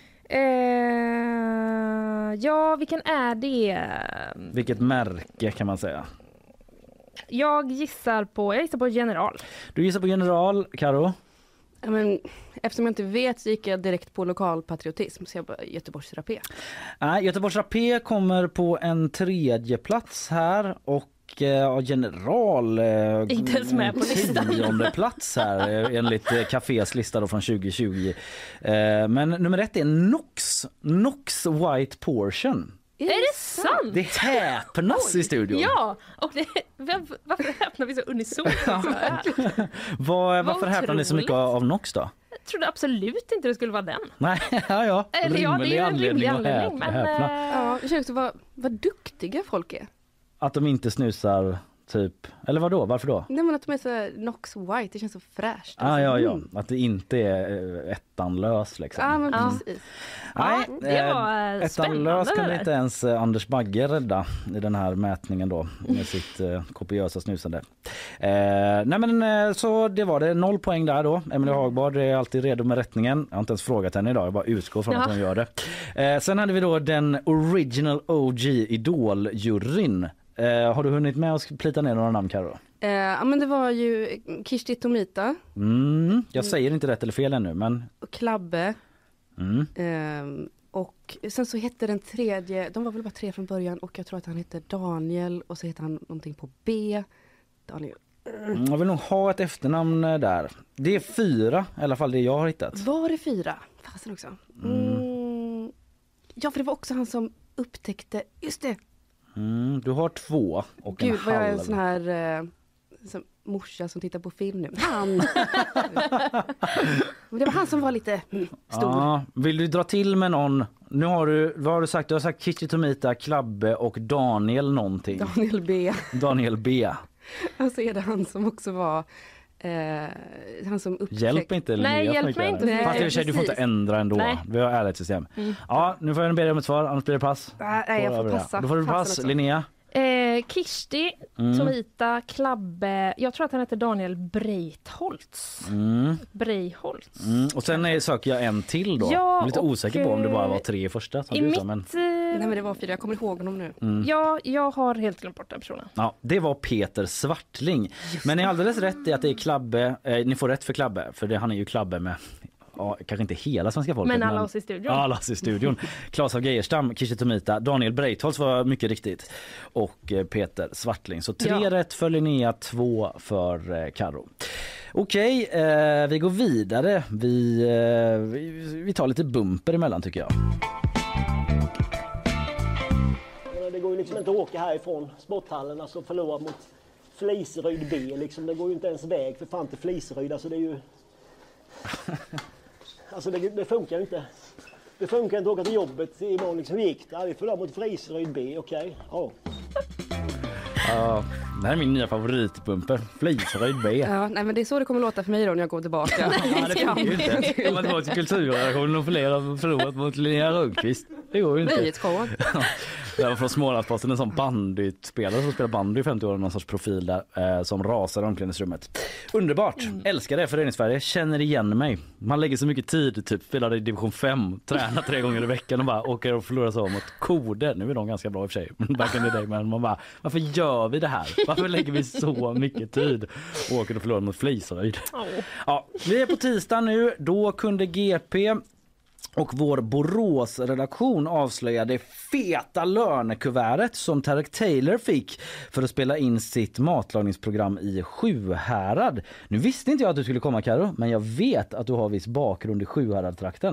Ja, vilken är det? Vilket märke kan man säga? Jag gissar på General. Du gissar på General, Karo? Ja, men, eftersom jag inte vet så gick jag direkt på lokalpatriotism, så jag bara Göteborgs Rapé. Göteborgs Rapé kommer på en 3:e plats här och General inte ens med på listan. 10:e plats här enligt Cafés lista då från 2020. Men nummer 1 är Nox White Portion. Är det sant? Det häpnas i studion. Ja, och varför häpnar vi så unisont? Varför häpnar ni så mycket av Nox då? Jag trodde absolut inte det skulle vara den. Nej, ja. Eller ja, det är en rimlig anledning. Men, ja, det känns också vad duktiga folk är. Att de inte snusar typ, eller vadå? Varför då? Nej, men att de är så Nox White, det känns så fräscht. Ja. Att det inte är ettanlös liksom. Ja, men precis. Nej, det var ettanlös kunde inte ens Anders Bagge rädda i den här mätningen då med sitt kopiösa snusande. Nej men så det var det 0 poäng där då. Emilie Hagbard är alltid redo med rättningen. Jag har inte ens frågat henne idag, jag bara utgår från att hon gör det. Sen hade vi då den original OG Idol-juryn. Har du hunnit med att plita ner några namn, Karo? Ja, men det var ju Kirsti Tomita. Jag säger inte rätt eller fel ännu, men... Och Klabbe. Och sen så hette den tredje, de var väl bara 3 från början, och jag tror att han hette Daniel och så heter han någonting på B. Daniel. Jag vill nog ha ett efternamn där. Det är 4, i alla fall det jag har hittat. Var det 4? Fasen också. Ja, för det var också han som upptäckte, just det. Du har 2 och Gud, en halv. Gud, vad jag är en sån här som morsa som tittar på film nu. Han! Det var han som var lite stor. Ja, vill du dra till med någon? Nu har du, vad har du sagt? Du har sagt Kirsti Tomita, Klabbe och Daniel någonting. Daniel B. Alltså är det han som också var han som upptäckte... Hjälp inte Linnea. Nej, hjälp mig inte. Fast i och för sig, du får inte ändra ändå. Nej. Vi har ärlighetssystem. Ja, nu får jag be dig om ett svar, annars blir det pass. Nej, jag får passa. Då får du pass, Linnea. Kirsti, Tomita, Klabbe. Jag tror att han heter Daniel Breitholtz. Och sen söker jag en till då. Ja, jag är lite osäker på om det bara var 3 i första. I mitt, nej, men det var 4. Jag kommer ihåg honom nu. Ja, jag har helt glömt bort den personen. Ja, det var Peter Svartling. Men ni är alldeles rätt i att det är Klabbe. Ni får rätt för Klabbe, för han är ju Klabbe med... Ja, kanske inte hela svenska folket. Men alla oss i studion. Ja, alla oss i studion. Claes av Geijerstam, Kirsti Tomita, Daniel Breitholtz var mycket riktigt. Och Peter Svartling. Så 3 rätt för Linnea, 2 för Karo. Okej, vi går vidare. Vi tar lite bumper emellan tycker jag. Det går ju liksom inte att åka härifrån sporthallen, alltså förlora mot Fliseryd B. Liksom. Det går ju inte ens väg för fan till Fliseryd. Alltså det är ju... Alltså det funkar ju inte. Det funkar inte att åka till jobbet imorgon liksom. Hur gick det? Vi förlorade mot Fliseryd B, okej. Ja. Det här är min nya favoritbumper. Fliseryd B. Ja, nej, men det är så det kommer låta för mig då när jag går tillbaka. Ja, det funkar ju inte. Om man går till kulturredaktionen och förlorat mot Linnea Rönnqvist. Det går ju inte. Nyhetsshowen. Det var från Smålandsposten, en sån bandyspelare som spelar bandy i 50 år, någon sorts profil där som rasar i omklädningsrummet. Underbart, älskar det Föreningssverige, känner igen mig. Man lägger så mycket tid, typ spelar i division 5, tränar 3 gånger i veckan och bara åker och förlorar så mot Kode. Nu är de ganska bra i och för sig, men man bara, varför gör vi det här? Varför lägger vi så mycket tid och åker och förlorar mot Fliseryd? Ja, vi är på tisdag nu, då kunde GP och vår Borås-redaktion avslöjade feta lönekuvertet som Tarek Taylor fick för att spela in sitt matlagningsprogram i Sjuhärad. Nu visste inte jag att du skulle komma, Karo, men jag vet att du har viss bakgrund i Sjuhärad-trakten.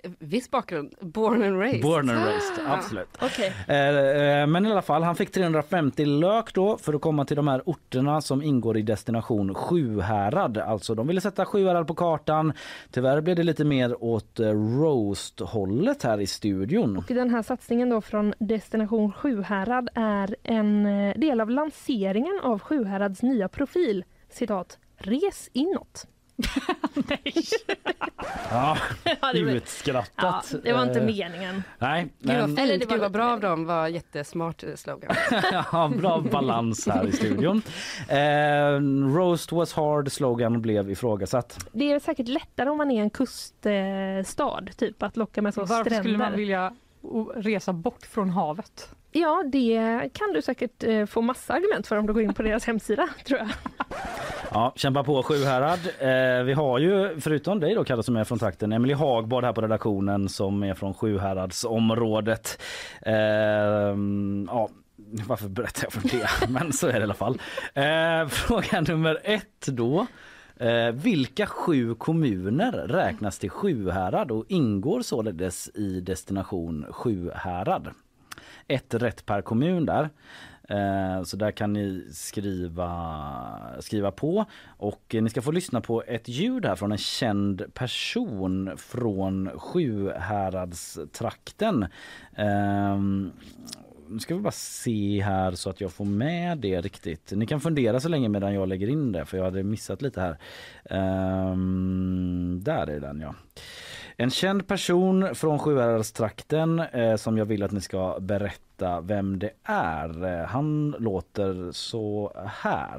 Viss bakgrund. Born and raised. Born and raised, absolut. Okay. Men i alla fall, han fick 350 lök då för att komma till de här orterna som ingår i destination Sjuhärad. Alltså de ville sätta Sjuhärad på kartan. Tyvärr blev det lite mer åt roast-hållet här i studion. Och den här satsningen då från destination Sjuhärad är en del av lanseringen av Sjuhärads nya profil. Citat, res inåt. Nej. Ja, utskrattat. Ja, det var inte meningen. Nej, men... Gud vad bra av dem, var jättesmart slogan. Ja, bra balans här i studion. Roast was hard, slogan blev ifrågasatt. Det är säkert lättare om man är en kuststad, typ, att locka med så stränder. Varför skulle man vilja resa bort från havet? Ja, det kan du säkert få massa argument för om du går in på deras hemsida, tror jag. Ja, kämpa på Sjuhärad. Vi har ju, förutom dig då, Kalle, som är från trakten, Emily Hagbard här på redaktionen som är från Sjuhäradsområdet. Ja, varför berättar jag för det? Men så är det i alla fall. Fråga nummer 1 då. Vilka 7 kommuner räknas till Sjuhärad och ingår således i destination Sjuhärad? 1 rätt per kommun där. Så där kan ni skriva på. Och ni ska få lyssna på ett ljud här från en känd person från Sjuhäradstrakten. Nu ska vi bara se här så att jag får med det riktigt. Ni kan fundera så länge medan jag lägger in det, för jag hade missat lite här. Där är den, ja. En känd person från Sjuhäradstrakten som jag vill att ni ska berätta vem det är. Han låter så här.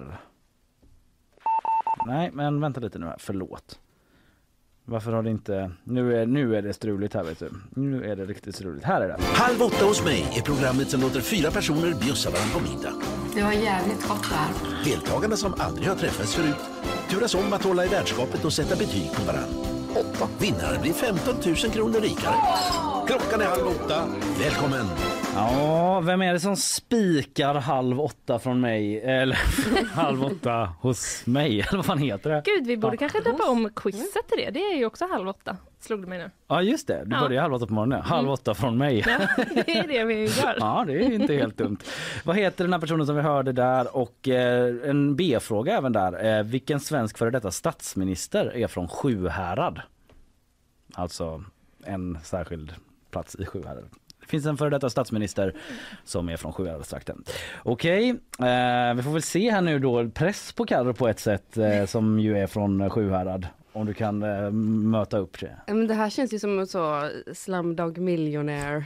Nej, men vänta lite nu här. Förlåt. Varför har det inte... Nu är det struligt här, vet du. Nu är det riktigt struligt. Här är det. 7:30 hos mig är programmet som låter 4 personer bjussa varandra på middag. Det var jävligt gott där. Deltagarna som aldrig har träffats förut turas om att hålla i värdskapet och sätta betyg på varandra. 8. Vinnaren blir 15 000 kronor rikare. Klockan är 7:30. Välkommen! Ja, vem är det som spikar 7:30 från mig? Eller 7:30 hos mig? Eller vad fan heter det? Gud, vi borde kanske döpa om quizet till det. Det är ju också 7:30, slog du mig nu. Ja, just det. Du börjar 7:30 på morgonen. 7:30 från mig. Ja, det är det vi gör. Ja, det är inte helt dumt. Vad heter den här personen som vi hörde där? Och en B-fråga även där. Vilken svensk före detta statsminister är från Sjuhärad? Alltså en särskild plats i Sjuhärad. Det finns en före detta statsminister som är från Sjuhäradstrakten. Okej, vi får väl se här nu då. Press på Karro på ett sätt som ju är från Sjuhärad. Om du kan möta upp det. Men det här känns ju som en så Slumdog Millionaire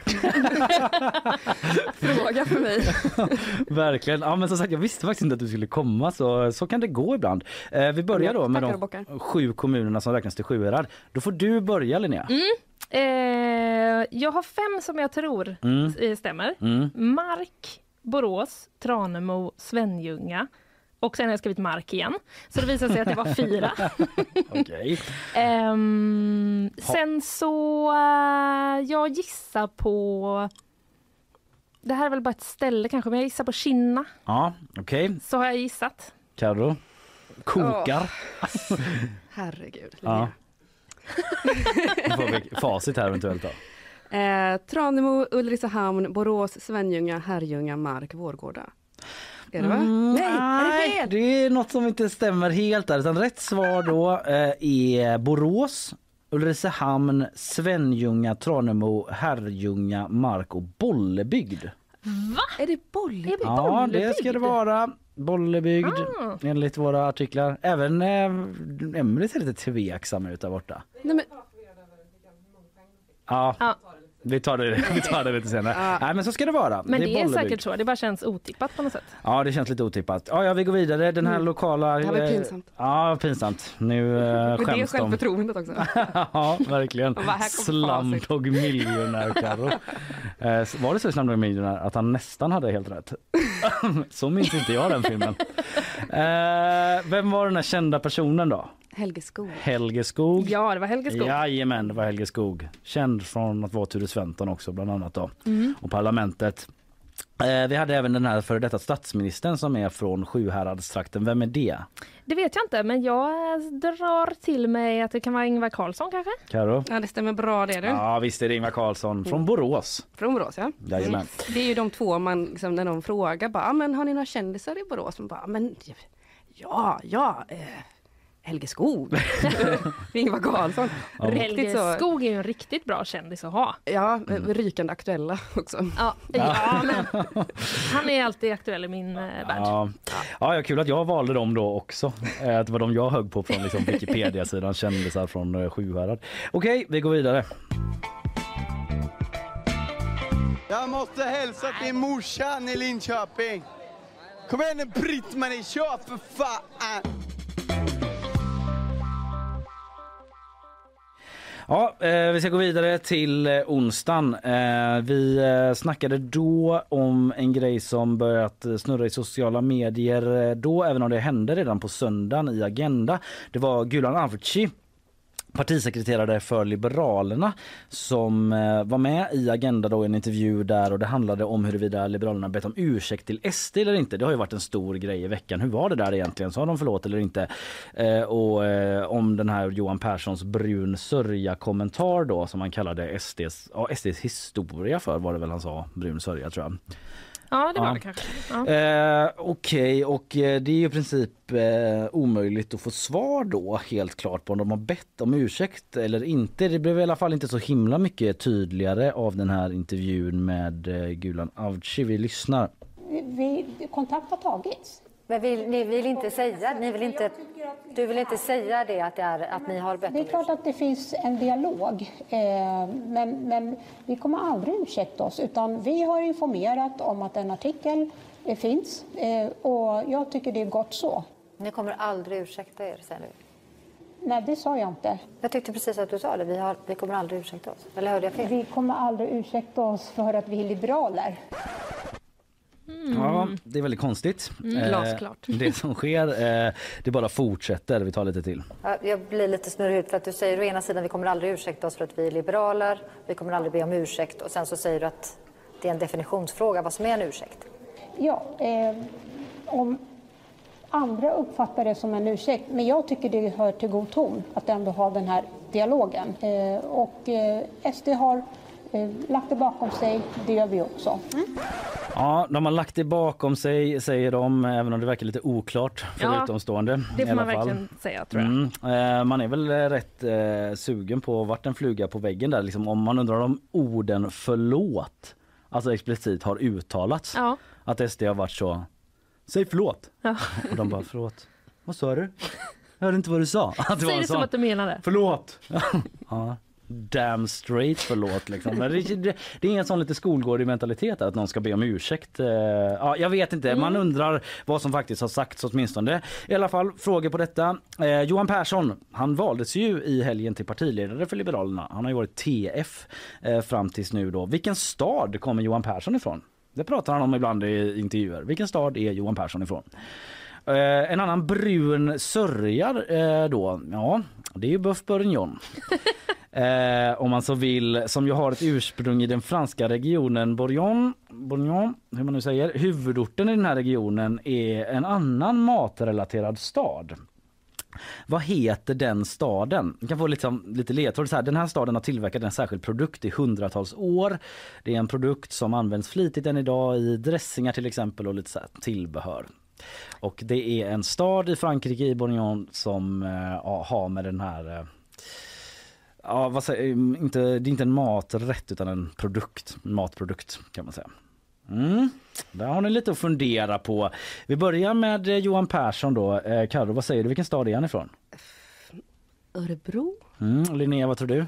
fråga för mig. Verkligen. Ja, men som sagt, jag visste faktiskt inte att du skulle komma, så kan det gå ibland. Vi börjar då med de 7 kommunerna som räknas till Sjuhärad. Då får du börja, Linnea. Jag har 5 som jag tror stämmer. Mark, Borås, Tranemo, Svenljunga. Och sen har jag skrivit Mark igen. Så det visar sig att det var 4. Okej. Sen så jag gissar på... Det här är väl bara ett ställe kanske, men jag gissar på Kinna. Ja, okej. Så har jag gissat. Karro kokar. Herregud. Ja. Får vi facit här eventuellt då. Tranemo, Ulricehamn, Borås, Svenljunga, Herrljunga, Mark, Vårgårda. Är det va? Nej, är det fel? Det är något som inte stämmer helt där. Utan rätt svar då är Borås, Ulricehamn, Svenljunga, Tranemo, Herrljunga, Mark och Bollebygd. Va? Är det Bollebygd? Ja, det ska det vara. Bollebygd enligt våra artiklar. Även Emily ser lite tveksam ut där borta. Nej, men... Ja. Vi tar det lite senare. Nej, men så ska det vara. Men det är säkert så. Det bara känns otippat på något sätt. Ja, det känns lite otippat. Ja, vi går vidare. Den här lokala... Det här var pinsamt. Ja, pinsamt. Nu skäms de. Det är självförtroendet också. Ja, verkligen. Slumdog Millionaire, Karro. Var det så i Slumdog Millionaire att han nästan hade helt rätt? Så minns inte jag den filmen. Vem var den här kända personen då? Helge Skog. Helge Skog. Ja, det var Helge Skog. Jajamän, det var Helge Skog. Känd från att vara Ture Sventon också bland annat då. Och parlamentet. Vi hade även den här före detta statsministern som är från Sjuhäradstrakten. Vem är det? Det vet jag inte, men jag drar till mig att det kan vara Ingvar Carlsson kanske. Karo? Ja, det stämmer bra det du. Ja, visst är det Ingvar Carlsson från Borås. Från Borås, ja. Jajamän. Det är ju de två man, liksom, när de frågar, bara, men har ni några kändisar i Borås? Man bara, men Helge Skog. Ingvar Carlsson. Helge Skog är ju en riktigt bra kändis att ha. Ja, rykande aktuella också. Ja, men han är alltid aktuell i min värld. Ja, kul att jag valde dem då också. Det var de jag högg på från liksom Wikipedia-sidan, kändisar från Sjuhärad. Okej, vi går vidare. Jag måste hälsa till morsan i Linköping. Kom igen nu, Britt-Marie, kör för fan! Ja, vi ska gå vidare till onsdagen. Vi snackade då om en grej som börjat snurra i sociala medier då, även om det hände redan på söndagen i Agenda. Det var Gülan Avci, partisekreterare för Liberalerna, som var med i Agenda då i en intervju där, och det handlade om huruvida Liberalerna bett om ursäkt till SD eller inte. Det har ju varit en stor grej i veckan. Hur var det där egentligen? Sa de förlåt eller inte? Och om den här Johan Perssons brun sörja kommentar då, som han kallade SDs historia för, var det väl han sa, brun sörja tror jag. Ja, det var det kanske. Okej, och det är ju i princip omöjligt att få svar då helt klart på om de har bett om ursäkt eller inte. Det blev i alla fall inte så himla mycket tydligare av den här intervjun med Gülan Avci. Vi lyssnar. Kontakt har tagits. Men ni vill inte säga, du vill inte säga det att ni har bett om ursäkt? Det är klart att det finns en dialog, men vi kommer aldrig ursäkta oss, utan vi har informerat om att en artikel finns, och jag tycker det är gott så. Ni kommer aldrig ursäkta er, säger du? Nej, det sa jag inte. Jag tyckte precis att du sa det, vi kommer aldrig ursäkta oss. Eller hörde jag fel? Vi kommer aldrig ursäkta oss för att vi är liberaler. Ja, det är väldigt konstigt. Glasklart. Det som sker, det bara fortsätter. Vi tar lite till. Jag blir lite snurrig ut för att du säger å ena sidan vi kommer aldrig ursäkta oss för att vi är liberaler. Vi kommer aldrig be om ursäkt. Och sen så säger du att det är en definitionsfråga vad som är en ursäkt. Ja, om andra uppfattar det som en ursäkt. Men jag tycker det hör till god ton att ändå ha den här dialogen. Och SD har lagt det bakom sig, det gör vi också. Ja, de har lagt det bakom sig, säger de, även om det verkar lite oklart för utomstående. Det får man verkligen säga, tror jag. Man är väl rätt sugen på vart en fluga på väggen där. Liksom, om man undrar om orden förlåt, alltså explicit, har uttalats. Ja. Att SD har varit så, säg förlåt. Ja. Och de bara, förlåt. Vad sa du? Jag hörde inte vad du sa. Säg det som att du menade. Förlåt. Ja. Damn straight förlåt liksom. Men det är en sån lite skolgårdig mentalitet att någon ska be om ursäkt. Ja, jag vet inte, man undrar vad som faktiskt har sagts åtminstone. I alla fall frågor på detta. Johan Persson, han valdes ju i helgen till partiledare för Liberalerna. Han har ju varit TF fram tills nu då. Vilken stad kommer Johan Persson ifrån? Det pratar han om ibland i intervjuer. Vilken stad är Johan Persson ifrån? En annan brun sörjar då, ja, det är ju Boeuf Bourguignon. Om man så vill, som ju har ett ursprung i den franska regionen Bourgogne, hur man nu säger. Huvudorten i den här regionen är en annan matrelaterad stad. Vad heter den staden? Vi kan få lite ledtråd. Den här staden har tillverkat en särskild produkt i hundratals år. Det är en produkt som används flitigt än idag i dressingar till exempel och lite så här tillbehör. Och det är en stad i Frankrike, i Bourgogne, som har med den här... det är inte en maträtt utan en matprodukt kan man säga. Där har ni lite att fundera på. Vi börjar med Johan Persson då. Karo, vad säger du? Vilken stad är han ifrån? Örebro. Linnea, vad tror du?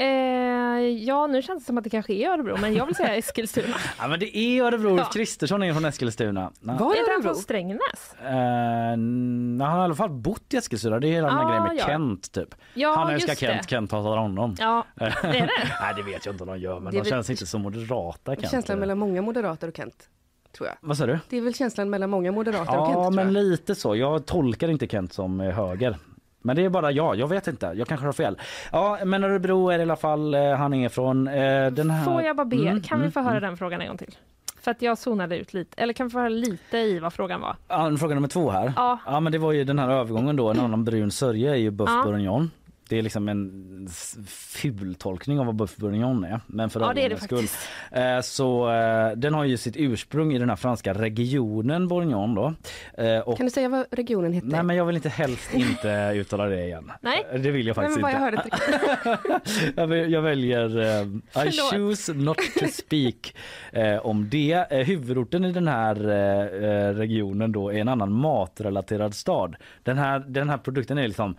Ja, nu känns det som att det kanske är Örebro, men jag vill säga Eskilstuna. Ja, men det är Örebro. Ja. Kristersson är från Eskilstuna. Var är han från Strängnäs? Han har i alla fall bott i Eskilstuna. Det är hela den här grejen med Kent typ. Ja, han älskar Kent, Kent hatar honom. Ja, är det? Nej, det vet jag inte om de gör, men de känns inte så moderata. Kent. Känslan mellan många moderater och Kent, tror jag. Vad sa du? Det är väl känslan mellan många moderater och Kent, tror jag. Ja, men lite så. Jag tolkar inte Kent som höger. Men det är bara jag vet inte. Jag kanske har fel. Ja, men Örebro är i alla fall han är från den här... Får jag bara be? Kan vi få höra den frågan en gång till? För att jag zonade ut lite. Eller kan vi få höra lite i vad frågan var? Ja, fråga nummer 2 här. Ja. Men det var ju den här övergången då. En annan brun sörja är ju Boeuf Bourguignon. Det är liksom en ful tolkning av vad Boeuf Bourguignon är. Men för det är det faktiskt. Så den har ju sitt ursprung i den här franska regionen Bourguignon då. Kan du säga vad regionen heter? Nej, men jag vill helst inte uttala det igen. Nej. Det vill jag faktiskt inte. Jag hörde jag väljer I choose not to speak om det. Huvudorten i den här regionen då är en annan matrelaterad stad. Den här produkten är liksom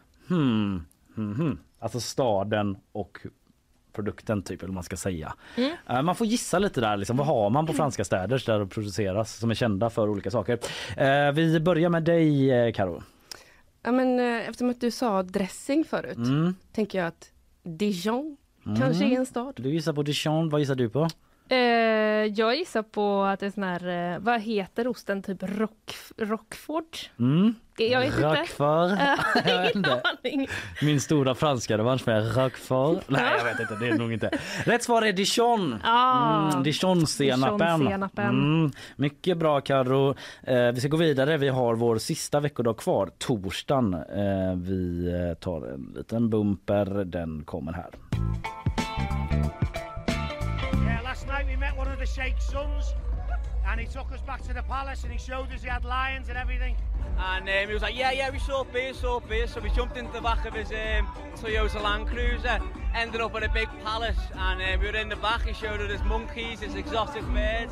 alltså staden och produkten typ, eller man ska säga. Man får gissa lite där liksom, vad har man på franska städer där det produceras som är kända för olika saker. Vi börjar med dig, Karo. Ja, men eftersom att du sa dressing förut tänker jag att Dijon kanske är en stad. Du gissar på Dijon, vad gissar du på? Jag gissar på att det är sån här, vad heter osten, typ Roquefort? Jag vet inte. Min stora franska revansch med Roquefort. Nej, jag vet inte, det är nog inte. Rätt svar är Dijon. Dijon-senapen. Mycket bra, Karo. Vi ska gå vidare. Vi har vår sista veckodag kvar, torsdagen. Vi tar en liten bumper. Den kommer här. Last night we met one of the Sheikh's sons and he took us back to the palace and he showed us he had lions and everything. And he was like, yeah, we saw bears. So we jumped into the back of his Toyota Land Cruiser, ended up at a big palace, and we were in the back. He showed us his monkeys, his exotic birds.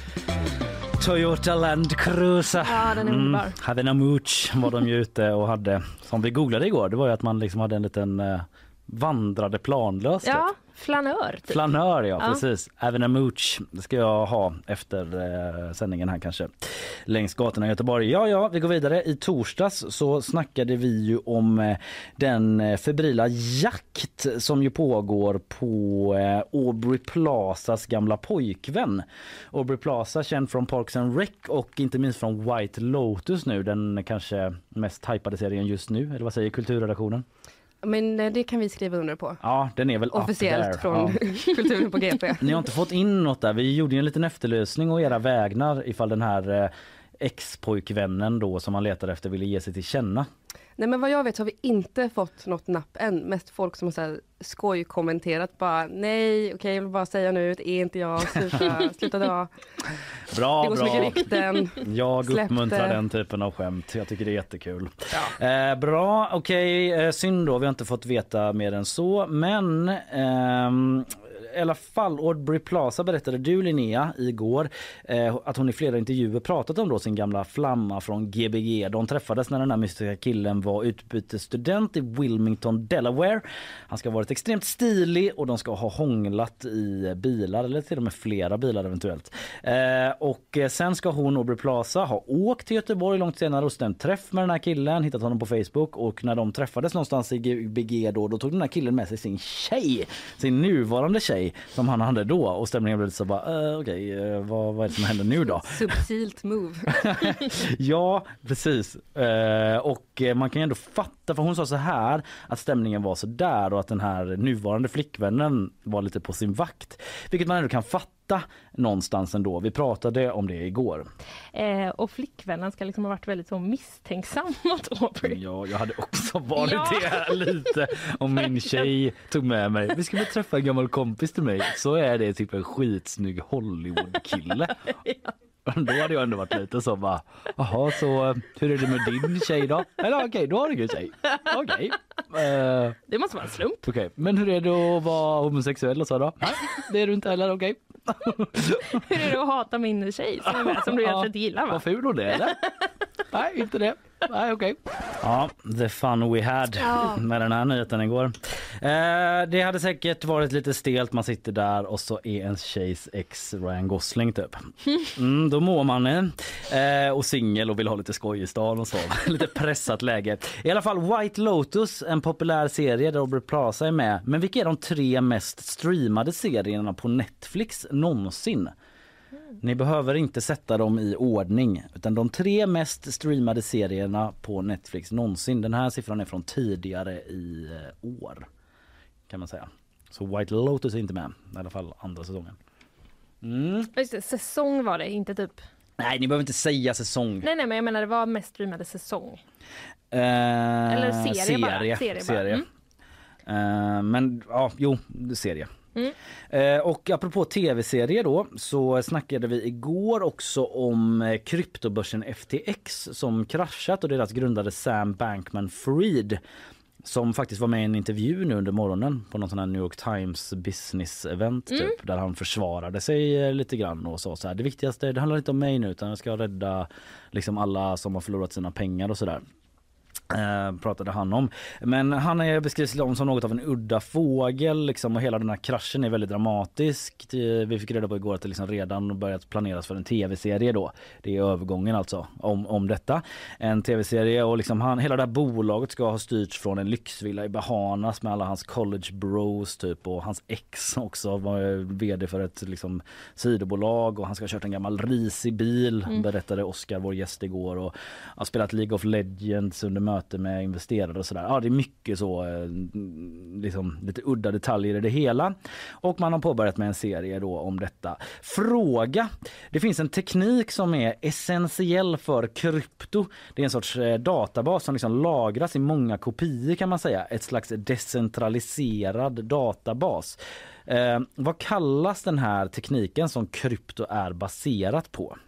Toyota Land Cruiser. Ja, den är underbar. Havenamuch var de ju ute och hade, som vi googlade igår, det var ju att man liksom hade en liten vandrade planlöst. Ja, flanör. Typ. Flanör, ja, precis. Havenamuch, det ska jag ha efter sändningen här kanske. Längs gatorna i Göteborg. Ja, vi går vidare. I torsdags så snackade vi ju om den febrila jakt som ju pågår på Aubrey Plazas gamla pojkvän. Aubrey Plaza, känd från Parks and Rec och inte minst från White Lotus nu, den kanske mest hypade serien just nu. Eller vad säger kulturredaktionen? Men det kan vi skriva under på. Ja, den är väl officiellt från Kulturen på GP. Ni har inte fått in något där. Vi gjorde ju en liten efterlösning och era vägnar ifall den här ex-pojkvännen då som man letar efter ville ge sig till känna. Nej, men vad jag vet så har vi inte fått något napp än. Mest folk som har så här skojkommenterat bara nej, okej, jag vill bara säga nu, det är inte jag, sluta dra. Bra, det går så mycket rykten. Jag uppmuntrar den typen av skämt. Jag tycker det är jättekul. Ja. Bra, okej, synd då, vi har inte fått veta mer än så, men i alla fall, Aubrey Plaza berättade du, Linnea, igår att hon i flera intervjuer pratat om då sin gamla flamma från GBG. De träffades när den här mystiska killen var utbytesstudent i Wilmington, Delaware. Han ska ha varit extremt stilig och de ska ha hånglat i bilar, eller till och med flera bilar eventuellt. Och sen ska hon, Aubrey Plaza, ha åkt till Göteborg långt senare och stämt träff med den här killen, hittat honom på Facebook, och när de träffades någonstans i GBG då tog den här killen med sig sin tjej, sin nuvarande tjej som han hade då, och stämningen blev så bara okej, vad är det som händer nu då? Subtilt move. Ja, precis. Och man kan ju ändå fatta, för hon sa så här att stämningen var så där och att den här nuvarande flickvännen var lite på sin vakt, vilket man ändå kan fatta någonstans ändå. Vi pratade om det igår. Och flickvännen ska liksom ha varit väldigt så misstänksam mot Aubrey. Ja, jag hade också varit det lite om min tjej tog med mig. Vi skulle träffa en gammal kompis till mig. Så är det typ en skitsnygg Hollywood-kille. Då hade jag ändå varit lite så bara, jaha, så hur är det med din tjej då? Eller okej, då har du ingen tjej. Okej. Det måste vara en slump. Okej, men hur är det att vara homosexuell och så då? Nej, det är du inte heller, okej. Hur är det att hata min tjej som är med, som du egentligen inte gillar, va? Vad ful hon är, eller? Nej, inte det. Nej, okej. Ja, the fun we had med den här nyheten igår. Det hade säkert varit lite stelt. Man sitter där och så är en tjejs ex Ryan Gosling typ. Då mår man och singel och vill ha lite skoj i stan och så. Lite pressat läge. I alla fall White Lotus, en populär serie där Aubrey Plaza är med. Men vilka är de 3 mest streamade serierna på Netflix någonsin? Ni behöver inte sätta dem i ordning, utan de 3 mest streamade serierna på Netflix någonsin. Den här siffran är från tidigare i år, kan man säga. Så White Lotus är inte med, i alla fall andra säsongen. Just det, säsong var det, inte typ... Nej, ni behöver inte säga säsong. Nej, men jag menar det var mest streamade säsong. Eller serie. Men ja, serie. Och apropå tv-serier då, så snackade vi igår också om kryptobörsen FTX som kraschat och deras grundare Sam Bankman-Fried som faktiskt var med i en intervju nu under morgonen på någon sån här New York Times business-event typ, där han försvarade sig lite grann och sa så här: det viktigaste, det handlar inte om mig nu utan jag ska rädda liksom alla som har förlorat sina pengar och sådär. Pratade han om. Men han är beskrivs som något av en udda fågel liksom, och hela den här kraschen är väldigt dramatisk. Vi fick reda på igår att det liksom redan börjat planeras för en tv-serie då. Det är övergången alltså om detta. En tv-serie och liksom hela det här bolaget ska ha styrts från en lyxvilla i Bahamas med alla hans college bros typ, och hans ex också var vd för ett liksom sidobolag och han ska ha kört en gammal risig bil, berättade Oscar, vår gäst igår, och har spelat League of Legends under möte med investerare och sådär. Ja, det är mycket så liksom lite udda detaljer i det hela. Och man har påbörjat med en serie då om detta. Fråga. Det finns en teknik som är essentiell för krypto. Det är en sorts databas som liksom lagras i många kopior kan man säga. Ett slags decentraliserad databas. Vad kallas den här tekniken som krypto är baserat på?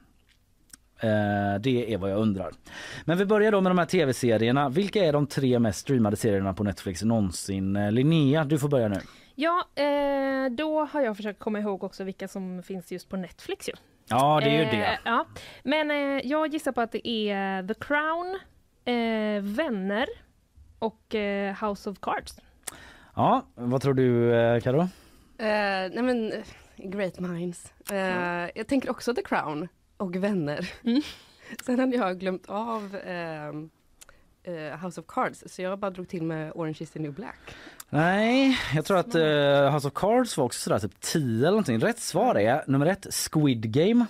Det är vad jag undrar. Men vi börjar då med de här tv-serierna. Vilka är de 3 mest streamade serierna på Netflix någonsin? Linnea, du får börja nu. Ja, då har jag försökt komma ihåg också vilka som finns just på Netflix ju. Ja, det är ju det. Ja. Men jag gissar på att det är The Crown, Vänner och House of Cards. Ja, vad tror du, Karo? Nej men, great minds. Jag tänker också The Crown och Vänner. Sen hade jag glömt av House of Cards, så jag bara drog till med Orange is the New Black. Nej, jag tror att House of Cards var också sådär typ 10 eller någonting. Rätt svar är nummer 1, Squid Game.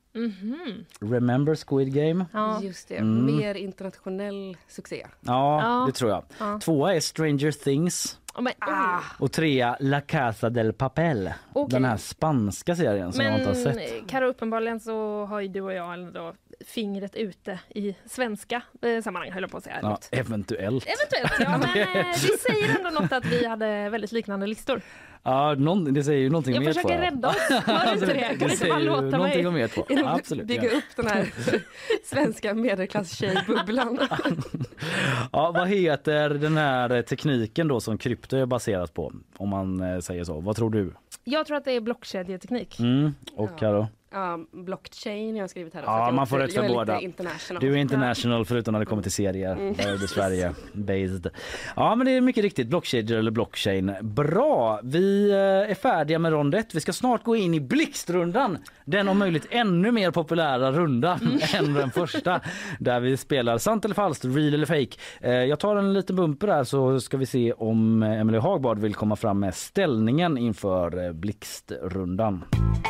Remember Squid Game? Ja. Just det, mer internationell succé. Ja, det tror jag. 2 är Stranger Things. Och 3 La Casa del Papel. Den här spanska serien som jag inte har sett. Karo, uppenbarligen så har ju du och jag ändå fingret ute i svenska sammanhang, höll jag på att säga. Ja, eventuellt, ja, men det säger ändå något att vi hade väldigt liknande listor. Ja, det säger ju någonting om jag er två. Jag försöker rädda oss. Hör inte det? Kan inte bara låta mig om er två. Absolut. Bygga upp den här svenska medelklass-tjejbubblan. Ja, vad heter den här tekniken då som krypto är baserat på? Om man säger så. Vad tror du? Jag tror att det är blockkedjeteknik. Och Karo? Blockchain jag har skrivit här. Ja, man får rätt för båda. Du är international förutom när det kommer till serier. Där är det Sverige based. Ja, men det är mycket riktigt blockchain eller blockchain. Bra, vi är färdiga med rond 1. Vi ska snart gå in i blixtrundan. Den om möjligt ännu mer populära rundan än den första. Där vi spelar sant eller falskt, real eller fake. Jag tar en liten bumper där så ska vi se om Emelie Hagbard vill komma fram med ställningen inför blixtrundan.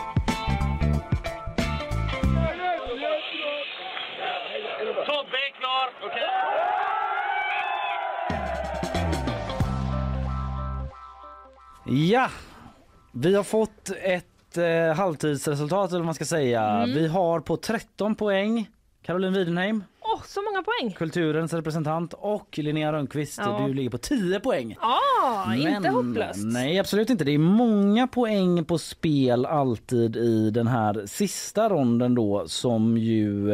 Ja, vi har fått ett halvtidsresultat eller vad man ska säga. Vi har på 13 poäng Caroline Widenheim. Så många poäng. Kulturens representant och Linnea Rönnqvist. Du ligger på 10 poäng. Inte hopplöst. Nej, absolut inte. Det är många poäng på spel alltid i den här sista ronden då som ju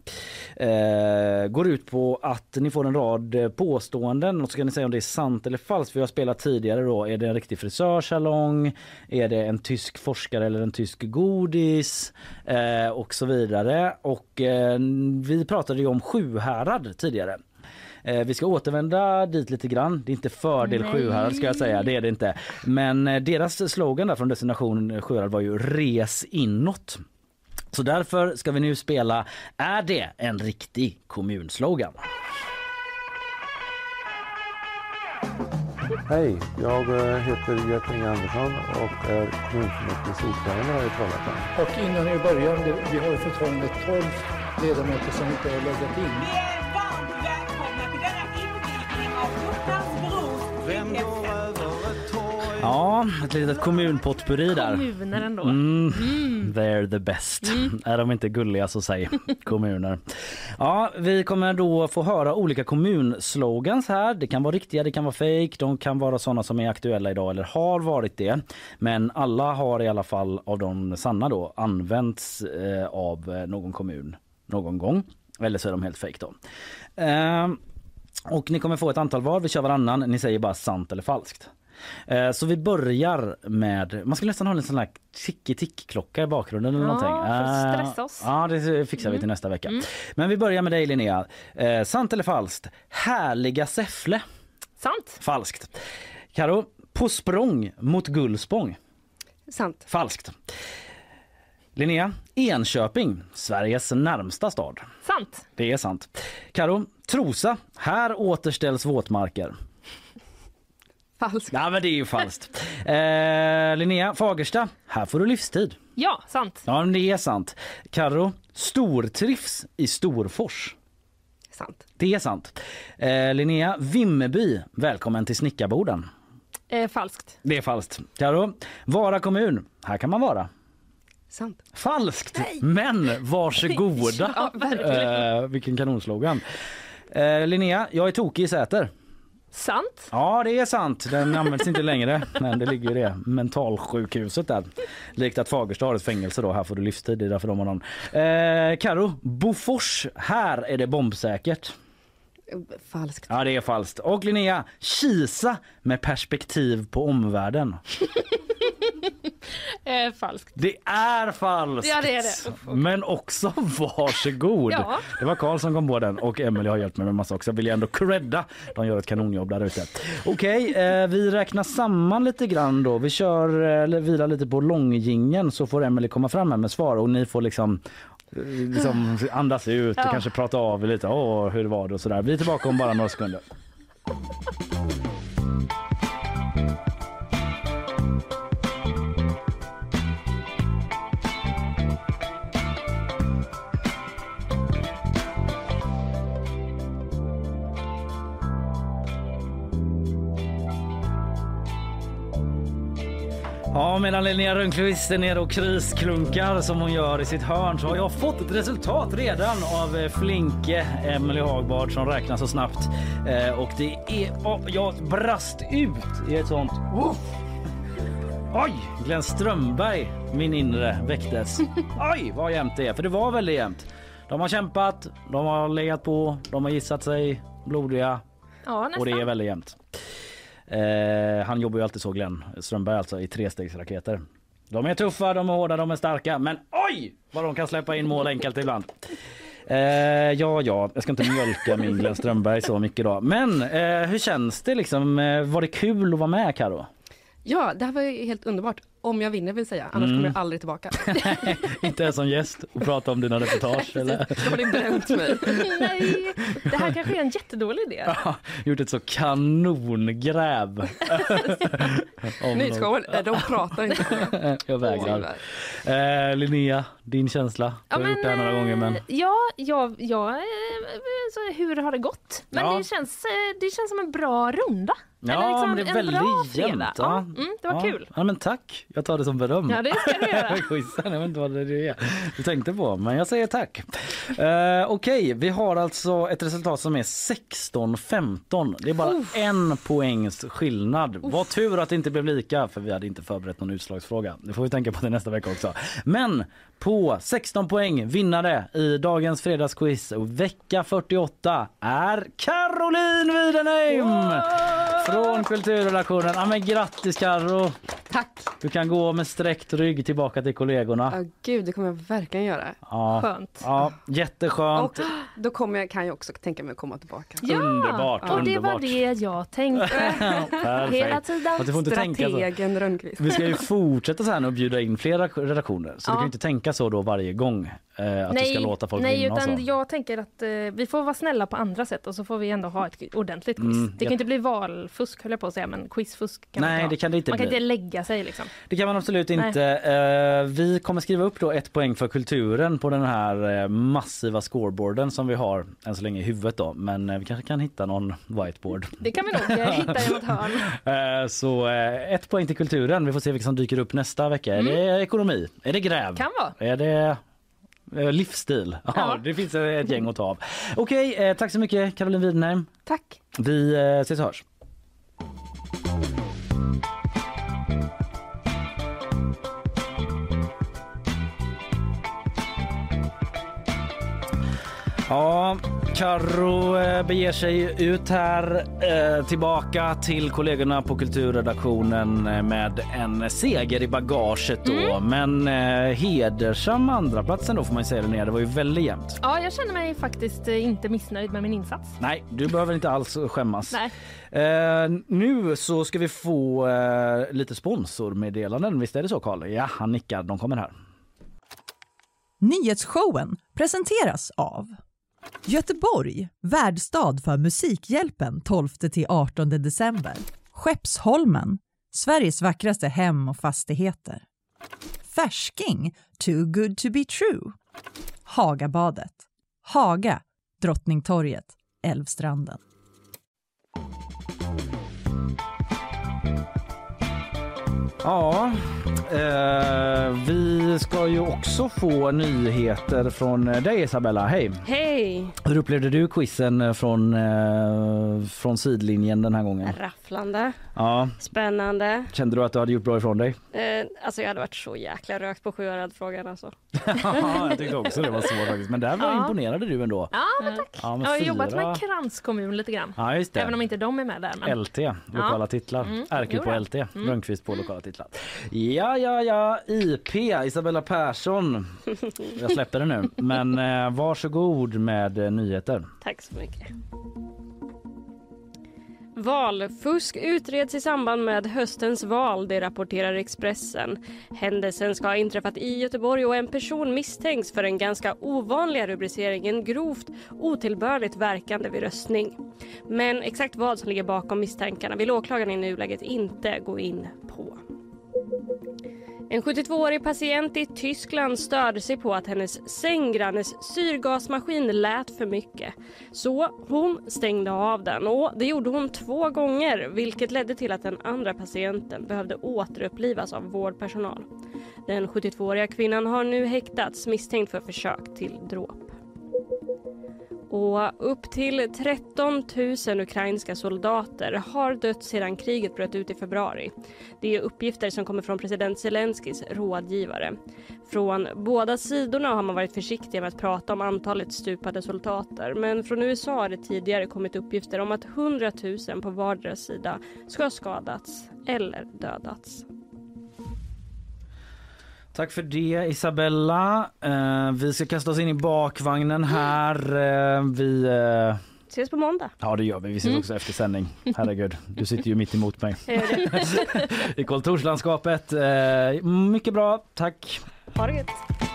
går ut på att ni får en rad påståenden och så kan ni säga om det är sant eller falskt. Vi har spelat tidigare då. Är det en riktig frisörsalong? Är det en tysk forskare eller en tysk godis? Och så vidare. Och vi pratade ju om Sjuhärad tidigare. Vi ska återvända dit lite grann. Det är inte fördel Sjuhärad ska jag säga, det är det inte. Men deras slogan där från Destination Sjuhärad var ju res inåt. Så därför ska vi nu spela Är det en riktig kommunslogan? Hej, jag heter Götting Andersson och är kommunfullmäktiges ordförande här i Trollhättan. Och innan vi börjar, vi har fortfarande 12 ledamöter som inte har loggat in. Vi är varmt välkomna till denna invigning av Gustavs bros. Vem går över ett torg Ja, ett litet kommunpotpurri där. Kommuner ändå. They're the best. Är de inte gulliga så säg kommuner. Ja, vi kommer då få höra olika kommunslogans här. Det kan vara riktiga, det kan vara fake. De kan vara sådana som är aktuella idag eller har varit det. Men alla har i alla fall av de sanna då använts av någon kommun någon gång. Eller så är de helt fake då. Och ni kommer få ett antal var. Vi kör varannan. Ni säger bara sant eller falskt. Så vi börjar med, man skulle nästan ha en sån här tick-tick-klocka i bakgrunden eller någonting. För att stressa oss. Ja, det fixar vi till nästa vecka. Men vi börjar med dig Linnea. Sant eller falskt? Härliga Säffle. Sant. Falskt. Karo, på språng mot Gullspång. Sant. Falskt. Linnea, Enköping, Sveriges närmsta stad. Sant. Det är sant. Karo, Trosa, här återställs våtmarker. Falskt. Nej, men det är ju falskt. Linnea, Fagersta, här får du livstid. Ja, sant. Ja, det är sant. Karo, stortrivs i Storfors. Sant. Det är sant. Linnea, Vimmerby, välkommen till Snickarborden. Falskt. Det är falskt. Karo, Vara kommun, här kan man vara. Sant. Falskt. Nej. Men varsågoda. Ja, verkligen. Vilken kanonslogan. Linnea, jag är tokig i Säter. Sant. Ja, det är sant. Den används inte längre. Men det ligger ju det mentalsjukhuset där. Likt att Fagersta har ett fängelse då. Här får du livstid. Det är därför de har någon. Karo, Bofors. Här är det bombsäkert. Falskt. Ja, det är falskt. Och Linnea, Kisa med perspektiv på omvärlden. Falskt. Det är falskt. Ja, det är det. Men också varsågod. Ja. Det var Karl som kom på den och Emily har hjälpt mig med massa också. Jag vill ändå credda. De gör ett kanonjobb där ute. Okej, vi räknar samman lite grann då. Vi kör vilar lite på långgingen så får Emily komma fram här med svar och ni får liksom andas ut och kanske prata av lite. Hur var det och sådär. Vi är tillbaka om bara några sekunder. Ja, medan Linnea Rönnqvist är nere och krisklunkar som hon gör i sitt hörn så har jag fått ett resultat redan av flinke Emily Hagbard som räknar så snabbt. Och det är... jag brast ut i ett sånt... Oj! Glenn Strömberg, min inre, väcktes. Oj, vad jämnt det är. För det var väldigt jämnt. De har kämpat, de har legat på, de har gissat sig blodiga. Ja, nästan. Och det är väldigt jämnt. Han jobbar ju alltid så, Glenn Strömberg, alltså i trestegsraketer. De är tuffa, de är hårda, de är starka. Men oj, vad de kan släppa in mål enkelt ibland. Jag ska inte mjölka min Glenn Strömberg så mycket då. Men hur känns det liksom? Var det kul att vara med, Karo? Ja, det här var ju helt underbart. Om jag vinner vill säga, annars kommer jag aldrig tillbaka. Inte ens som gäst och prata om dina reportage eller? De har bränt mig. Nej, det här kanske är en jättedålig idé. Ja, gjort ett så kanongräv. Nyhetsshowen, de pratar inte. Jag vägrar. Linnea, din känsla? Du har gjort det här några gånger, men... Ja, så hur har det gått? Men det känns som en bra runda. Ja, eller liksom men det är väldigt jämnt. Ja, det var kul. Ja, men tack. Jag tar det som beröm. Ja, det ska du göra. Jag vet inte vad det är du tänkte på, men jag säger tack. Okej, vi har alltså ett resultat som är 16-15. Det är bara en poängs skillnad. Vad tur att det inte blev lika, för vi hade inte förberett någon utslagsfråga. Det får vi tänka på till nästa vecka också. Men på 16 poäng vinnare i dagens fredagsquiz vecka 48 är Caroline Widenheim från kulturredaktionen. Ja, men grattis, Karo. Tack. Du kan gå med sträckt rygg tillbaka till kollegorna. Ja, gud, det kommer jag verkligen göra. Ja. Skönt. Ja, jätteskönt. Och då kan jag också tänka mig att komma tillbaka. Ja, underbart, och det var det jag tänkte. Hela tiden. Du får inte Strategen Rönnqvist. Vi ska ju fortsätta så här och bjuda in flera redaktioner. Så du kan ju inte tänka så då varje gång att du ska låta folk vinna. Nej, utan jag tänker att vi får vara snälla på andra sätt och så får vi ändå ha ett ordentligt quiz. Det kan inte bli valfusk, höll jag på att säga, men quizfusk kan Nej, man det kan det inte man bli. kan inte lägga sig liksom. det kan man absolut inte. Vi kommer skriva upp då 1 poäng för kulturen på den här massiva scoreboarden som vi har än så länge i huvudet då. Men vi kanske kan hitta någon whiteboard. Det kan vi nog hitta i något hörn. Så 1 poäng till kulturen. Vi får se vilka som dyker upp nästa vecka. Är det ekonomi? Är det gräv? Kan vara. Är det livsstil? Ja, det finns ett gäng att ta av. Okej, tack så mycket Caroline Widenheim. Tack. Vi ses och hörs. Ja, Karo beger sig ut här tillbaka till kollegorna på kulturredaktionen med en seger i bagaget då. Men hedersam andra platsen då får man säga det ner. Det var ju väldigt jämnt. Ja, jag känner mig faktiskt inte missnöjd med min insats. Nej, du behöver inte alls skämmas. Nej. Nu så ska vi få lite sponsormeddelanden. Visst är det så, Karl? Ja, han nickar. De kommer här. Nyhetsshowen presenteras av Göteborg, värdstad för Musikhjälpen 12-18 december. Skeppsholmen, Sveriges vackraste hem och fastigheter. Färsking, too good to be true. Hagabadet, Haga, Drottningtorget, Älvstranden. Ja, vi ska ju också få nyheter från dig, Isabella. Hej! Hej! Hur upplevde du quizen från sidlinjen den här gången? Rafflande. Ja. Spännande. Kände du att du hade gjort bra ifrån dig? Alltså jag hade varit så jäkla rökt på Sjuhärad-frågan alltså. Ja, jag tyckte också det var svårt faktiskt. Men där imponerade du ändå. Ja, men tack. Ja, jag har jobbat med kranskommun lite grann. Ja, just det. Även om inte de är med där. Men... LT, lokala titlar. RQ på LT, Rönnqvist på lokala titlar. Ja, IP, Isabella Persson. Jag släpper det nu. Men varsågod med nyheter. Tack så mycket. Valfusk utreds i samband med höstens val, det rapporterar Expressen. Händelsen ska ha inträffat i Göteborg och en person misstänks för en ganska ovanliga rubriceringen grovt otillbörligt verkande vid röstning. Men exakt vad som ligger bakom misstankarna vill åklagaren i nuläget inte gå in på. En 72-årig patient i Tyskland störde sig på att hennes sänggrannes syrgasmaskin lät för mycket. Så hon stängde av den och det gjorde hon 2 gånger, vilket ledde till att den andra patienten behövde återupplivas av vårdpersonal. Den 72-åriga kvinnan har nu häktats misstänkt för försök till dråp. Och upp till 13 000 ukrainska soldater har dött sedan kriget bröt ut i februari. Det är uppgifter som kommer från president Zelenskis rådgivare. Från båda sidorna har man varit försiktiga med att prata om antalet stupade soldater. Men från USA har det tidigare kommit uppgifter om att 100 000 på vardera sida ska ha skadats eller dödats. Tack för det, Isabella. Vi ska kasta oss in i bakvagnen här. Vi ses på måndag. Ja, det gör vi. Vi ses också efter sändning. Herregud, du sitter ju mitt emot mig. I kontorslandskapet. Mycket bra, tack. Ha det gött.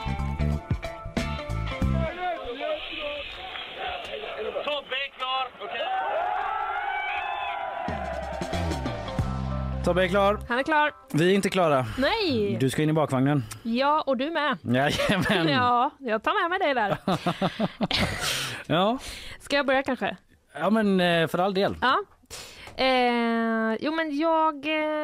Tobbe är klar. Han är klar. Vi är inte klara. Nej. Du ska in i bakvagnen. Ja, och du med. Jajamän. Ja, jag tar med mig dig där. Ja. Ska jag börja kanske? Ja, men för all del. Ja. Jo, men jag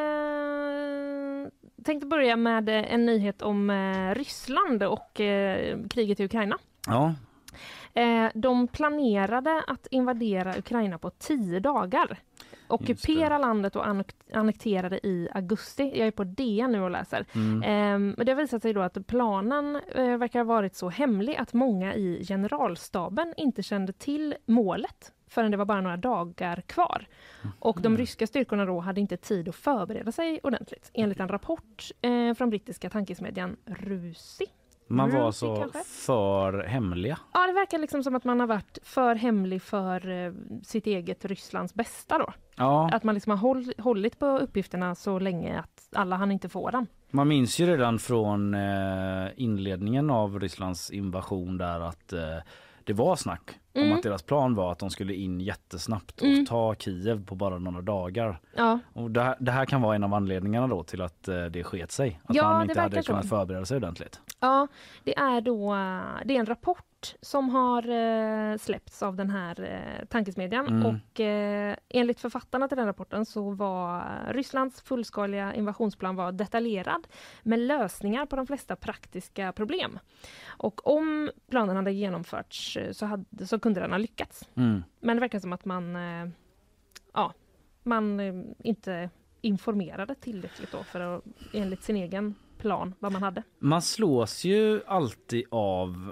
tänkte börja med en nyhet om Ryssland och kriget i Ukraina. Ja. De planerade att invadera Ukraina på 10 dagar. Ockupera landet och annektera det i augusti. Jag är på DN nu och läser. Men det har visat sig då att planen verkar ha varit så hemlig att många i generalstaben inte kände till målet förrän det var bara några dagar kvar. Och de ryska styrkorna då hade inte tid att förbereda sig ordentligt. Enligt en rapport från brittiska tankesmedjan Rusi. Man var så kanske för hemliga. Ja, det verkar liksom som att man har varit för hemlig för sitt eget Rysslands bästa då. Ja. Att man liksom har hållit på uppgifterna så länge att alla hann inte få dem. Man minns ju redan från inledningen av Rysslands invasion där att det var snack om att deras plan var att de skulle in jättesnabbt och ta Kiev på bara några dagar. Ja. Och det här kan vara en av anledningarna då till att det sket sig. Att man inte hade kunnat förbereda sig ordentligt. Ja, det är en rapport som har släppts av den här tankesmedjan och enligt författarna till den rapporten så var Rysslands fullskaliga invasionsplan var detaljerad med lösningar på de flesta praktiska problem. Och om planen hade genomförts så kunde den ha lyckats. Men det verkar som att man inte informerade tillräckligt då för att enligt sin egen plan vad man hade. Man slås ju alltid av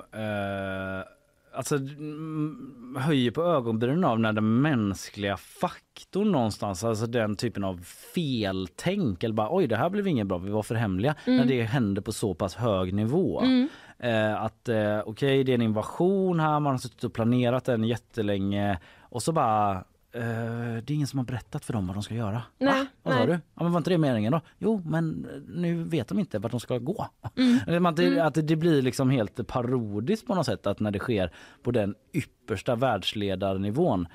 höjer på ögonbrynen av när den mänskliga faktorn någonstans, alltså den typen av feltänk eller bara oj det här blev inget bra, vi var för hemliga, när det händer på så pass hög nivå. Okej, det är en invasion här, man har suttit och planerat den jättelänge och så bara det är ingen som har berättat för dem vad de ska göra. Nej, vad sa du? Ja, men var inte det meningen då? Jo, men nu vet de inte vart de ska gå. Att det blir liksom helt parodiskt på något sätt att när det sker på den yppersta världsledarnivån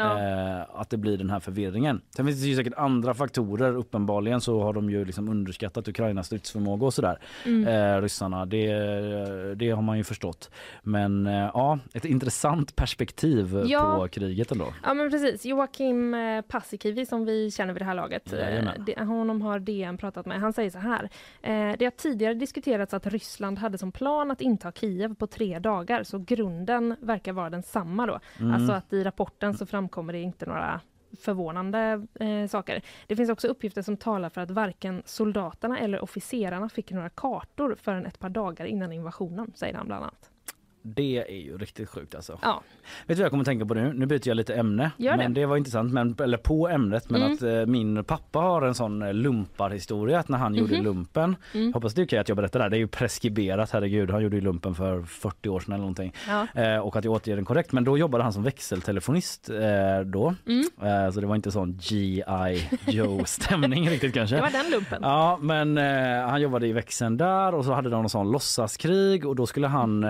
att det blir den här förvirringen. Sen finns det ju säkert andra faktorer. Uppenbarligen så har de ju liksom underskattat Ukrainas stridsförmåga och sådär. Ryssarna, det har man ju förstått. Men ett intressant perspektiv på kriget ändå. Ja men precis. Joakim Paasikivi som vi känner vid det här laget. Honom har DN pratat med. Han säger så här. Det har tidigare diskuterats att Ryssland hade som plan att inta Kiev på 3 dagar. Så grunden verkar vara densamma då. Alltså att i rapporten så framkommer det inte några förvånande saker. Det finns också uppgifter som talar för att varken soldaterna eller officerarna fick några kartor förrän ett par dagar innan invasionen, säger han bland annat. Det är ju riktigt sjukt alltså. Ja. Vet du vad jag kommer att tänka på nu? Nu byter jag lite ämne. Men det var intressant, eller på ämnet. Men att min pappa har en sån lumparhistoria att när han gjorde lumpen. Hoppas det är okej att jag berättar det här. Det är ju preskriberat, herregud. Han gjorde ju lumpen för 40 år sedan eller någonting. Och att jag återger den korrekt. Men då jobbade han som växeltelefonist då. Så det var inte sån G.I. Joe-stämning riktigt kanske. Det var den lumpen. Ja, men han jobbade i växeln där och så hade de någon sån låtsaskrig och då skulle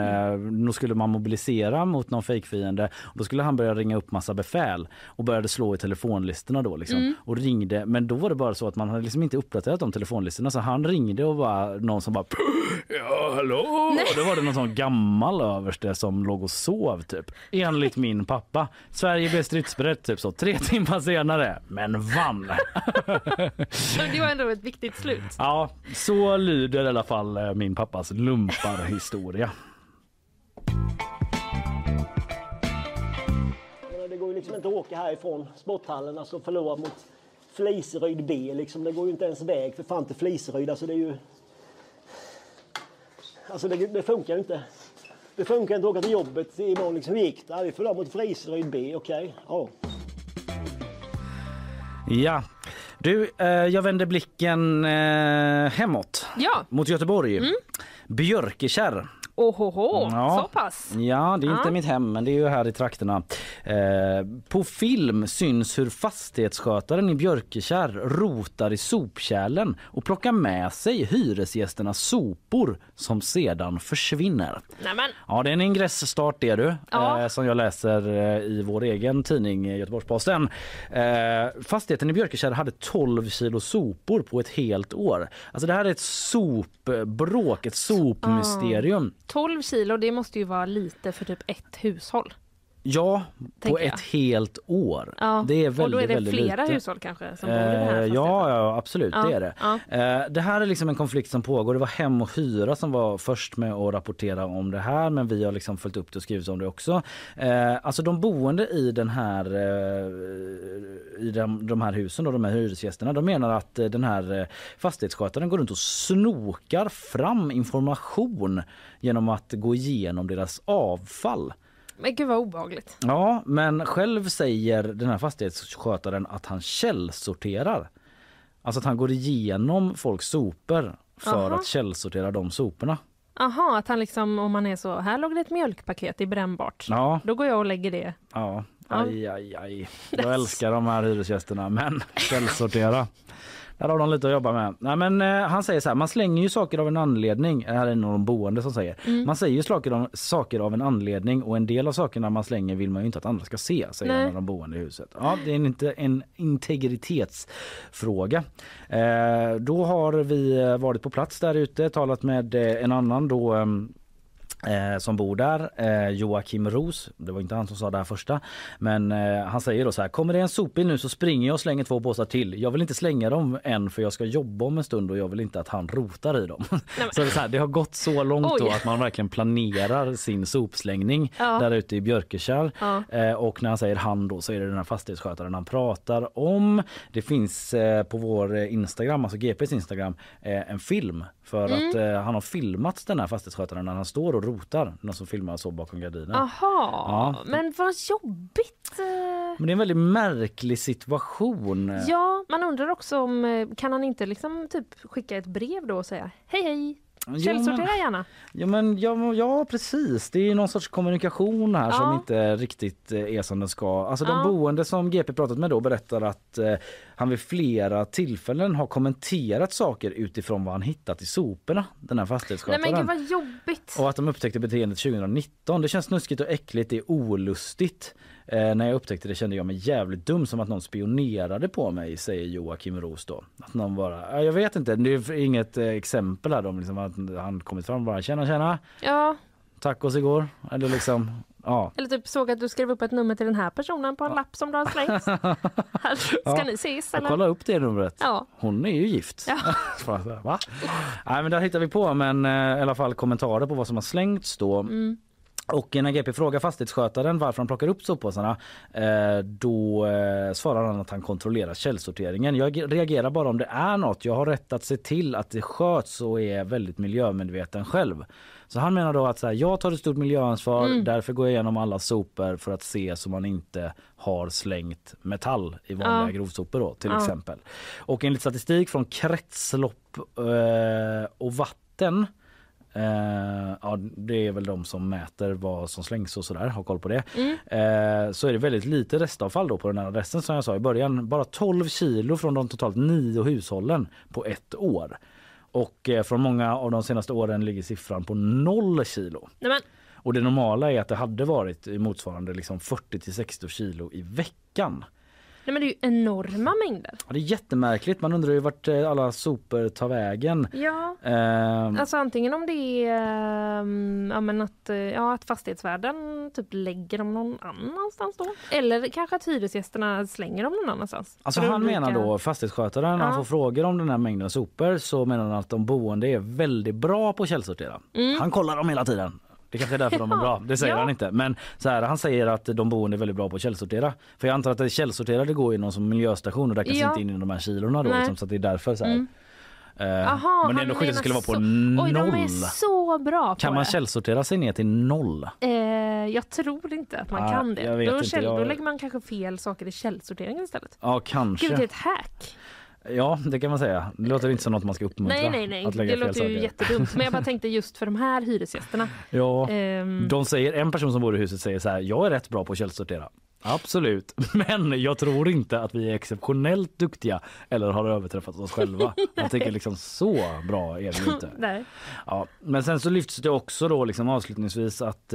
då skulle man mobilisera mot någon fejkfiende och då skulle han börja ringa upp massa befäl och började slå i telefonlistorna då liksom. Och ringde, men då var det bara så att man hade liksom inte uppdaterat de telefonlistorna så han ringde och var någon som bara ja hallå och då var det någon sån gammal överste som låg och sov typ. Enligt min pappa. Sverige blev stridsberett typ så 3 timmar senare men vann. Det var ändå ett viktigt slut. Ja, så lyder i alla fall min pappas lumparhistoria. Det går ju liksom inte att åka härifrån sporthallen och förlora mot Fliseryd B liksom. Det går ju inte ens väg för fan till Fliseryd. Alltså det är ju... Alltså det funkar inte. Det funkar inte att åka till jobbet imorgon liksom. Hur gick det? Vi förlorar mot Fliseryd B, okej. Ja. Ja. Du, jag vänder blicken hemåt. Ja. Mot Göteborg. Björkekärr. Så pass. Ja, det är inte mitt hem, men det är ju här i trakterna. På film syns hur fastighetsskötaren i Björkekärr rotar i sopkärlen och plockar med sig hyresgästernas sopor som sedan försvinner. Nämen. Ja, det är en ingressstart det du, som jag läser i vår egen tidning Göteborgs-Posten. Fastigheten i Björkekärr hade 12 kilo sopor på ett helt år. Alltså det här är ett sopbråk, ett sopmysterium. 12 kilo, det måste ju vara lite för typ ett hushåll. Ja, på ett helt år. Ja. Det är väldigt, och då är det väldigt flera lite. hushåll kanske som bor i det här. Ja, absolut, det är det. Ja. Det här är liksom en konflikt som pågår. Det var Hem och Hyra som var först med att rapportera om det här, men vi har liksom följt upp det och skrivit om det också. Alltså de boende i den här i de här husen och de här hyresgästerna, de menar att den här fastighetsskötaren går runt och snokar fram information genom att gå igenom deras avfall. Men gud vad obehagligt. Ja, men själv säger den här fastighetsskötaren att han källsorterar. Alltså att han går igenom folks sopor för att källsortera de soporna. Aha, att han liksom, om man är så, här låg det ett mjölkpaket i brännbart. Ja. Då går jag och lägger det. Ja, aj. Jag älskar de här hyresgästerna, men källsortera. Här har de lite att jobba med. Nej, men han säger så här, man slänger ju saker av en anledning. Det här är en av de boende som säger. Man säger ju saker av en anledning och en del av sakerna man slänger vill man ju inte att andra ska se, säger en av de boende i huset. Ja, det är inte en integritetsfråga. Då har vi varit på plats där ute, talat med en annan då som bor där, Joakim Ros. Det var inte han som sa det här första, men han säger då så här: kommer det en sopbil nu så springer jag och slänger 2 påsar till. Jag vill inte slänga dem än för jag ska jobba om en stund och jag vill inte att han rotar i dem. Så det har gått så långt då att man verkligen planerar sin sopslängning där ute i Björkekärr. Och när han säger han då så är det den här fastighetsskötaren han pratar om. Det finns på vår Instagram, alltså GPs Instagram, en film för att han har filmat den här fastighetsskötaren när han står och rotar, någon som filmar så bakom gardinen. Aha, men vad jobbigt. Men det är en väldigt märklig situation. Ja, man undrar också om kan han inte liksom typ skicka ett brev då och säga hej. Källsortera gärna. Ja, precis. Det är någon sorts kommunikation här som inte riktigt är som den ska. Alltså de boende som GP pratat med då berättar att han vid flera tillfällen har kommenterat saker utifrån vad han hittat i soporna, den här fastighetsskötaren. Nej men gud vad jobbigt. Och att de upptäckte beteendet 2019. Det känns snuskigt och äckligt, det är olustigt. När jag upptäckte det kände jag mig jävligt dum, som att någon spionerade på mig, säger Joakim Ros då. Att någon bara, jag vet inte, det är inget exempel här om liksom att han kommit fram och bara tjena. Ja. Tacos igår. Eller liksom, ja. Eller typ såg att du skrev upp ett nummer till den här personen på en lapp som du har slängt. Ska ni ses eller? Kolla upp det numret. Ja. Hon är ju gift. Ja. Va? Nej, men där hittar vi på, men i alla fall kommentarer på vad som har slängts då. Och när GP frågar fastighetsskötaren varför han plockar upp soppåsarna, då svarar han att han kontrollerar källsorteringen. Jag reagerar bara om det är något. Jag har rätt att se till att det sköts och är väldigt miljömedveten själv. Så han menar då att så här, jag tar ett stort miljöansvar, därför går jag igenom alla sopor för att se så man inte har slängt metall i vanliga grovsopor då, till exempel. Och enligt statistik från kretslopp och vatten, det är väl de som mäter vad som slängs och sådär, har koll på det. Så är det väldigt lite restavfall då på den här adressen, som jag sa i början. Bara 12 kilo från de totalt 9 hushållen på ett år. Och från många av de senaste åren ligger siffran på 0 kilo. Nämen. Och det normala är att det hade varit motsvarande liksom 40-60 kilo i veckan. Nej, men det är ju enorma mängder. Ja, det är jättemärkligt. Man undrar ju vart alla sopor tar vägen. Ja. Alltså antingen om det är att fastighetsvärden typ lägger dem någon annanstans då. Eller kanske att hyresgästerna slänger dem någon annanstans. Alltså han menar då, fastighetsskötaren, när han får frågor om den här mängden sopor, så menar han att de boende är väldigt bra på att källsortera. Han kollar dem hela tiden. Det kanske är därför de är bra, det säger han inte. Men så här, han säger att de boende är väldigt bra på att källsortera. För jag antar att det källsorterade går i någon som miljöstation och där kanske inte in i de här kilorna då. Liksom, så att det är därför så här. Men det är ändå skyddet skulle vara på 0. Oj, de är så bra på Kan man källsortera sig ner till 0? Jag tror inte att man kan det. Då lägger man kanske fel saker i källsorteringen istället. Ja, kanske. Gud, det är ett hack. Ja, det kan man säga. Det låter inte som något man ska uppmuntra. Nej. Det låter ju jättedumt. Men jag bara tänkte just för de här hyresgästerna. Ja, de säger, en person som bor i huset säger så här: jag är rätt bra på att källsortera. Absolut, men jag tror inte att vi är exceptionellt duktiga eller har överträffat oss själva. Jag tänker liksom, så bra är det inte. Nej. Ja, men sen så lyfts det också då liksom avslutningsvis att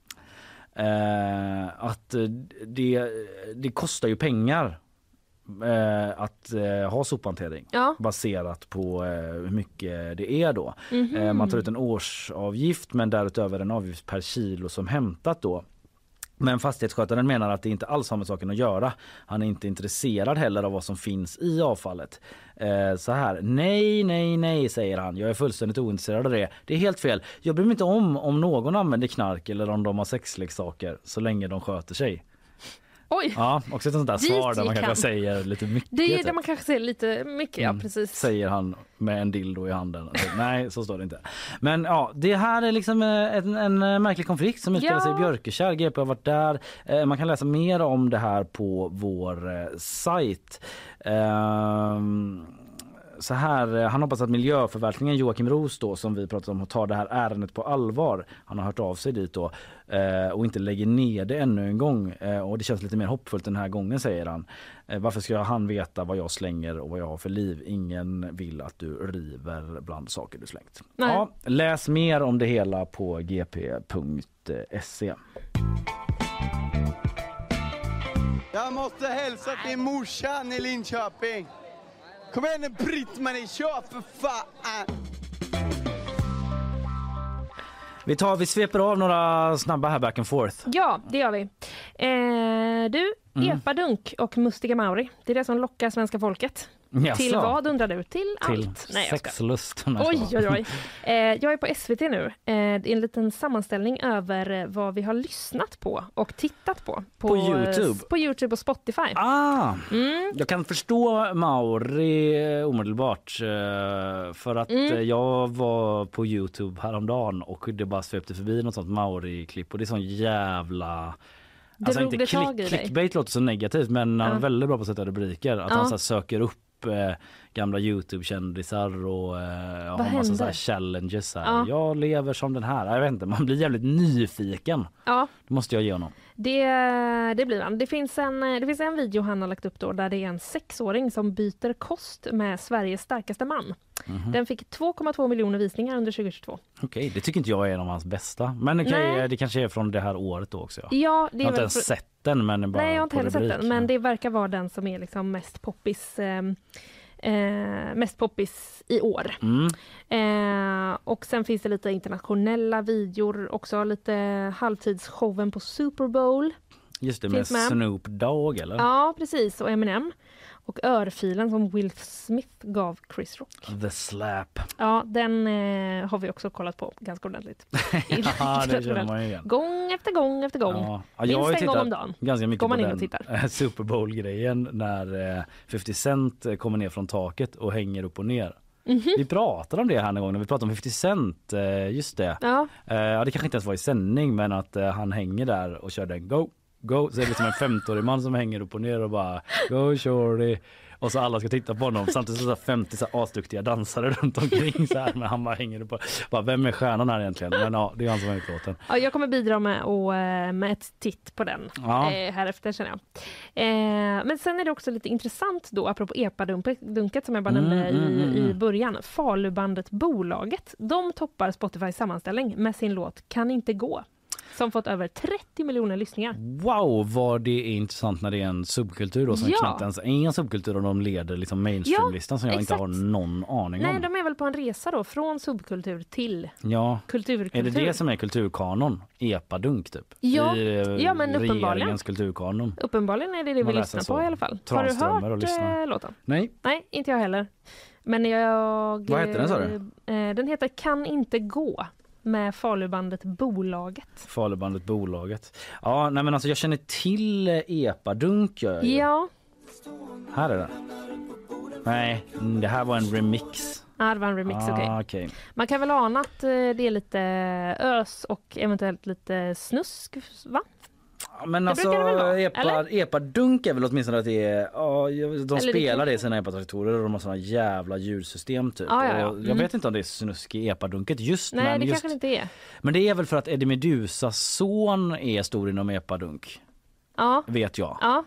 det kostar ju pengar att ha sophantering baserat på hur mycket det är då. Man tar ut en årsavgift, men därutöver en avgift per kilo som hämtat då. Men fastighetsskötaren menar att det inte alls har med saken att göra. Han är inte intresserad heller av vad som finns i avfallet. Så här, nej, säger han. Jag är fullständigt ointresserad av det. Det är helt fel. Jag bryr mig inte om någon använder knark eller om de har sexleksaker, så länge de sköter sig. Oj. Ja, också ett sånt där svar där man kanske säger lite mycket. Det är där man kanske säger lite mycket, ja precis. Säger han med en dildo i handen. Nej, så står det inte. Men ja, det här är liksom en märklig konflikt som utspelar sig i Björkekärr. GP har varit där. Man kan läsa mer om det här på vår sajt. så här, han hoppas att miljöförvaltningen Joakim Roos då, som vi pratat om, tar det här ärendet på allvar. Han har hört av sig dit då och inte lägger ner det ännu en gång. Och det känns lite mer hoppfullt den här gången, säger han. Varför ska han veta vad jag slänger och vad jag har för liv? Ingen vill att du river bland saker du slängt. Ja, läs mer om det hela på gp.se. Jag måste hälsa till morsan i Linköping. Kom igen nu, Britt-Marie, kör för fan! Vi sveper av några snabba här back and forth. Ja, det gör vi. Epadunk och Mustiga Mauri. Det är det som lockar svenska folket. Jaså. Till vad, undrar du? Till allt. Nej, sexlust. Oj. Jag är på SVT nu. Det är en liten sammanställning över vad vi har lyssnat på och tittat på YouTube. På YouTube och Spotify. Jag kan förstå Mauri omedelbart för att jag var på YouTube häromdagen och det bara svepte förbi något sånt Mauri-klipp och det är sån jävla... Alltså inte clickbait låter så negativt, men han är väldigt bra på att sätta rubriker. Att han så här söker upp gamla YouTube-kändisar och har massa så här challenges. Här. Jag lever som den här. Jag vet inte, man blir jävligt nyfiken. Ja. Det måste jag ge honom. Det blir man. Det finns en video han har lagt upp då där det är en 6-åring som byter kost med Sveriges starkaste man. Den fick 2,2 miljoner visningar under 2022. Okej, det tycker inte jag är en av hans bästa. Men det kanske är från det här året då också. Ja, det är jag har inte ens sett den, men bara. Nej, jag har inte heller sett den, men det verkar vara den som är liksom mest poppis i år. Och sen finns det lite internationella videor också, lite halvtidsshowen på Super Bowl. Just det, med Snoop Dogg eller? Ja, precis, och Eminem. Och örfilen som Will Smith gav Chris Rock. The Slap. Ja, den har vi också kollat på ganska ordentligt. Ja, det känner man igen. Gång efter gång efter gång. Ja, jag har en gång om dagen. Ganska mycket man på in och den Super Bowl-grejen när 50 Cent kommer ner från taket och hänger upp och ner. Vi pratade om det här en gång när vi pratade om 50 Cent, just det. Ja, det kanske inte ens var i sändning, men att han hänger där och kör den go. Så är det som en 15-årig man som hänger upp och ner och bara go shorty. Och så alla ska titta på honom. Samtidigt så 50 så asduktiga dansare runt omkring så här. Men han bara hänger upp och bara, vem är stjärnan här egentligen? Men ja, det är han som har gjort låten. Ja, jag kommer bidra med ett titt på den här efter, känner jag. Men sen är det också lite intressant då, apropå epadunket som jag bara nämnde i början. Falubandet Bolaget, de toppar Spotifys sammanställning med sin låt Kan inte gå. Som fått över 30 miljoner lyssningar. Wow, vad det är intressant när det är en subkultur då, som knappt ens är en subkultur och de leder liksom mainstreamlistan som jag inte har någon aning om. Nej, de är väl på en resa då från subkultur till kulturkultur. Är det som är kulturkanon? Epadunk typ? Ja, men uppenbarligen. Regeringens kulturkanon. Uppenbarligen är det vi lyssnar på i alla fall. Har du hört låten? Nej. Nej, inte jag heller. Men vad heter den, sa du? Den heter Kan inte gå. Med Falubandet Bolaget. Falubandet Bolaget. Ja, nej men alltså jag känner till Epadunk. Ja. Här är det. Nej, det här var en remix. Ja, det var en remix, okej. Man kan väl ana att det är lite ös och eventuellt lite snusk, va? Men det alltså epadunk är väl åtminstone att det är de spelar det i sina epatraktorer och de har såna jävla ljudsystem typ. Jag vet inte om det är snusk i epadunket just. Nej, men det just, kanske inte är. Men det är väl för att Eddie Medusas son är stor inom epadunk. Ja. Vet jag. Ja.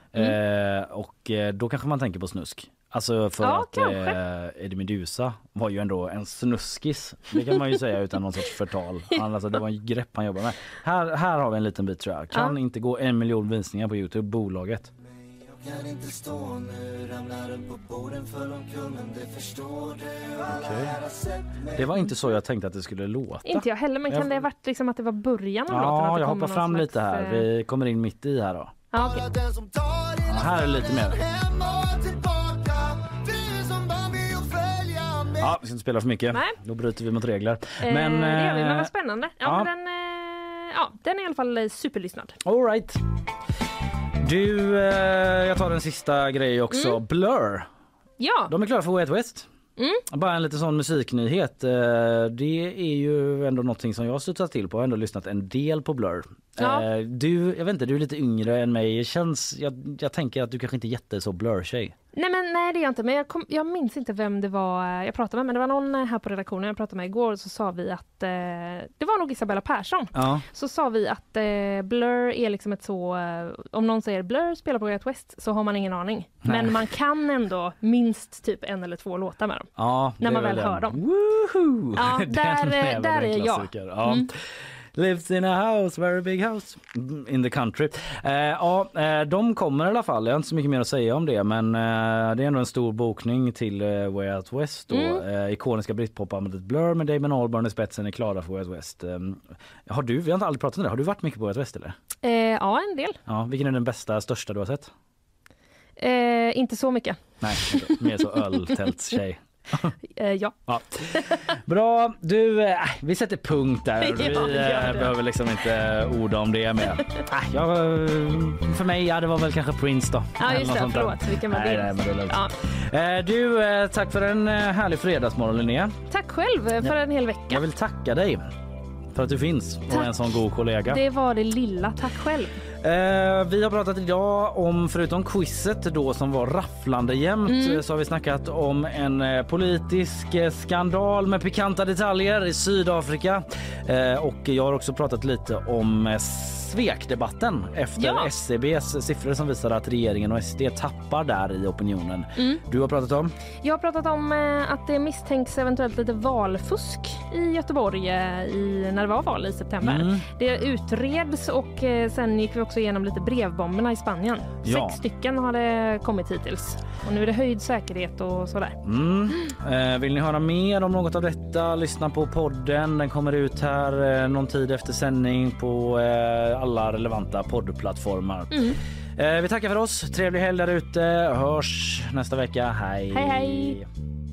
Och då kanske man tänker på snusk. Alltså för att Eddie Medusa var ju ändå en snuskis. Det kan man ju säga utan någon sorts förtal. Alltså, det var en grepp han jobbade med. Här har vi en liten bit, tror jag. Kan inte gå 1 miljon visningar på YouTube, Bolaget. Kan inte stå nu, ramlar den på borden för omkunden, det förstår du. Okay. Det var inte så jag tänkte att det skulle låta. Inte jag heller, men kan det ha varit liksom att det var början av låten? Ja, jag hoppar fram lite här. Vi kommer in mitt i här då. Ja, okay. Här är lite mer. Ja, vi ska inte spela för mycket. Nej. Då bryter vi mot regler. Men det gör vi, men vad spännande. Men den är i alla fall superlyssnad. All right. Du, jag tar den sista grejen också. Blur. Ja. De är klara för Way Out West. Bara en liten sån musiknyhet. Det är ju ändå någonting som jag har studsat till på. Jag har ändå lyssnat en del på Blur. Ja. Jag vet inte, du är lite yngre än mig. Jag tänker att du kanske inte är jätte så Blur-tjej. Nej, det är jag inte. Men jag minns inte vem det var jag pratade med. Men det var någon här på redaktionen jag pratade med igår. Så sa vi att det var nog Isabella Persson. Ja. Så sa vi att Blur är liksom ett så... om någon säger Blur spelar på Way Out West så har man ingen aning. Nej. Men man kan ändå minst typ 1 eller 2 låtar med dem. Ja, när man väl hör dem. Woohoo! Ja, där är jag. Ja. Lives in a house, very big house in the country. De kommer i alla fall. Jag har inte så mycket mer att säga om det, men det är ändå en stor bokning till Way Out West. Ikoniska britpopbandet Blur med Damon Albarn i spetsen är klara för Way Out West. Vi har inte aldrig pratat om det. Har du varit mycket på Way Out West eller? Ja, en del. Ja, vilken är den bästa, största du har sett? Inte så mycket. Nej, mer så öltältstjej. Ja. Bra, vi sätter punkt där. Vi behöver liksom inte orda om det mer. För mig, det var väl kanske Prince då. Ja, just det, förlåt. Vilken var det? Tack för en härlig fredagsmorgon, Linnea. Tack själv för en hel vecka. Jag vill tacka dig för att du finns och är en sån god kollega. Det var det lilla, tack själv. Vi har pratat idag om, förutom quizet då som var rafflande jämnt, så har vi snackat om en politisk skandal med pikanta detaljer i Sydafrika. Och jag har också pratat lite om svekdebatten efter SCBs siffror som visar att regeringen och SD tappar där i opinionen. Du har pratat om? Jag har pratat om att det misstänks eventuellt lite valfusk i Göteborg när det var val i september. Det utreds och sen gick vi också igenom lite brevbomberna i Spanien. 6 stycken har det kommit hittills. Och nu är det höjd säkerhet och sådär. Vill ni höra mer om något av detta? Lyssna på podden. Den kommer ut här någon tid efter sändning på alla relevanta poddplattformar. Vi tackar för oss. Trevlig helg där ute. Hörs nästa vecka. Hej! Hej, hej!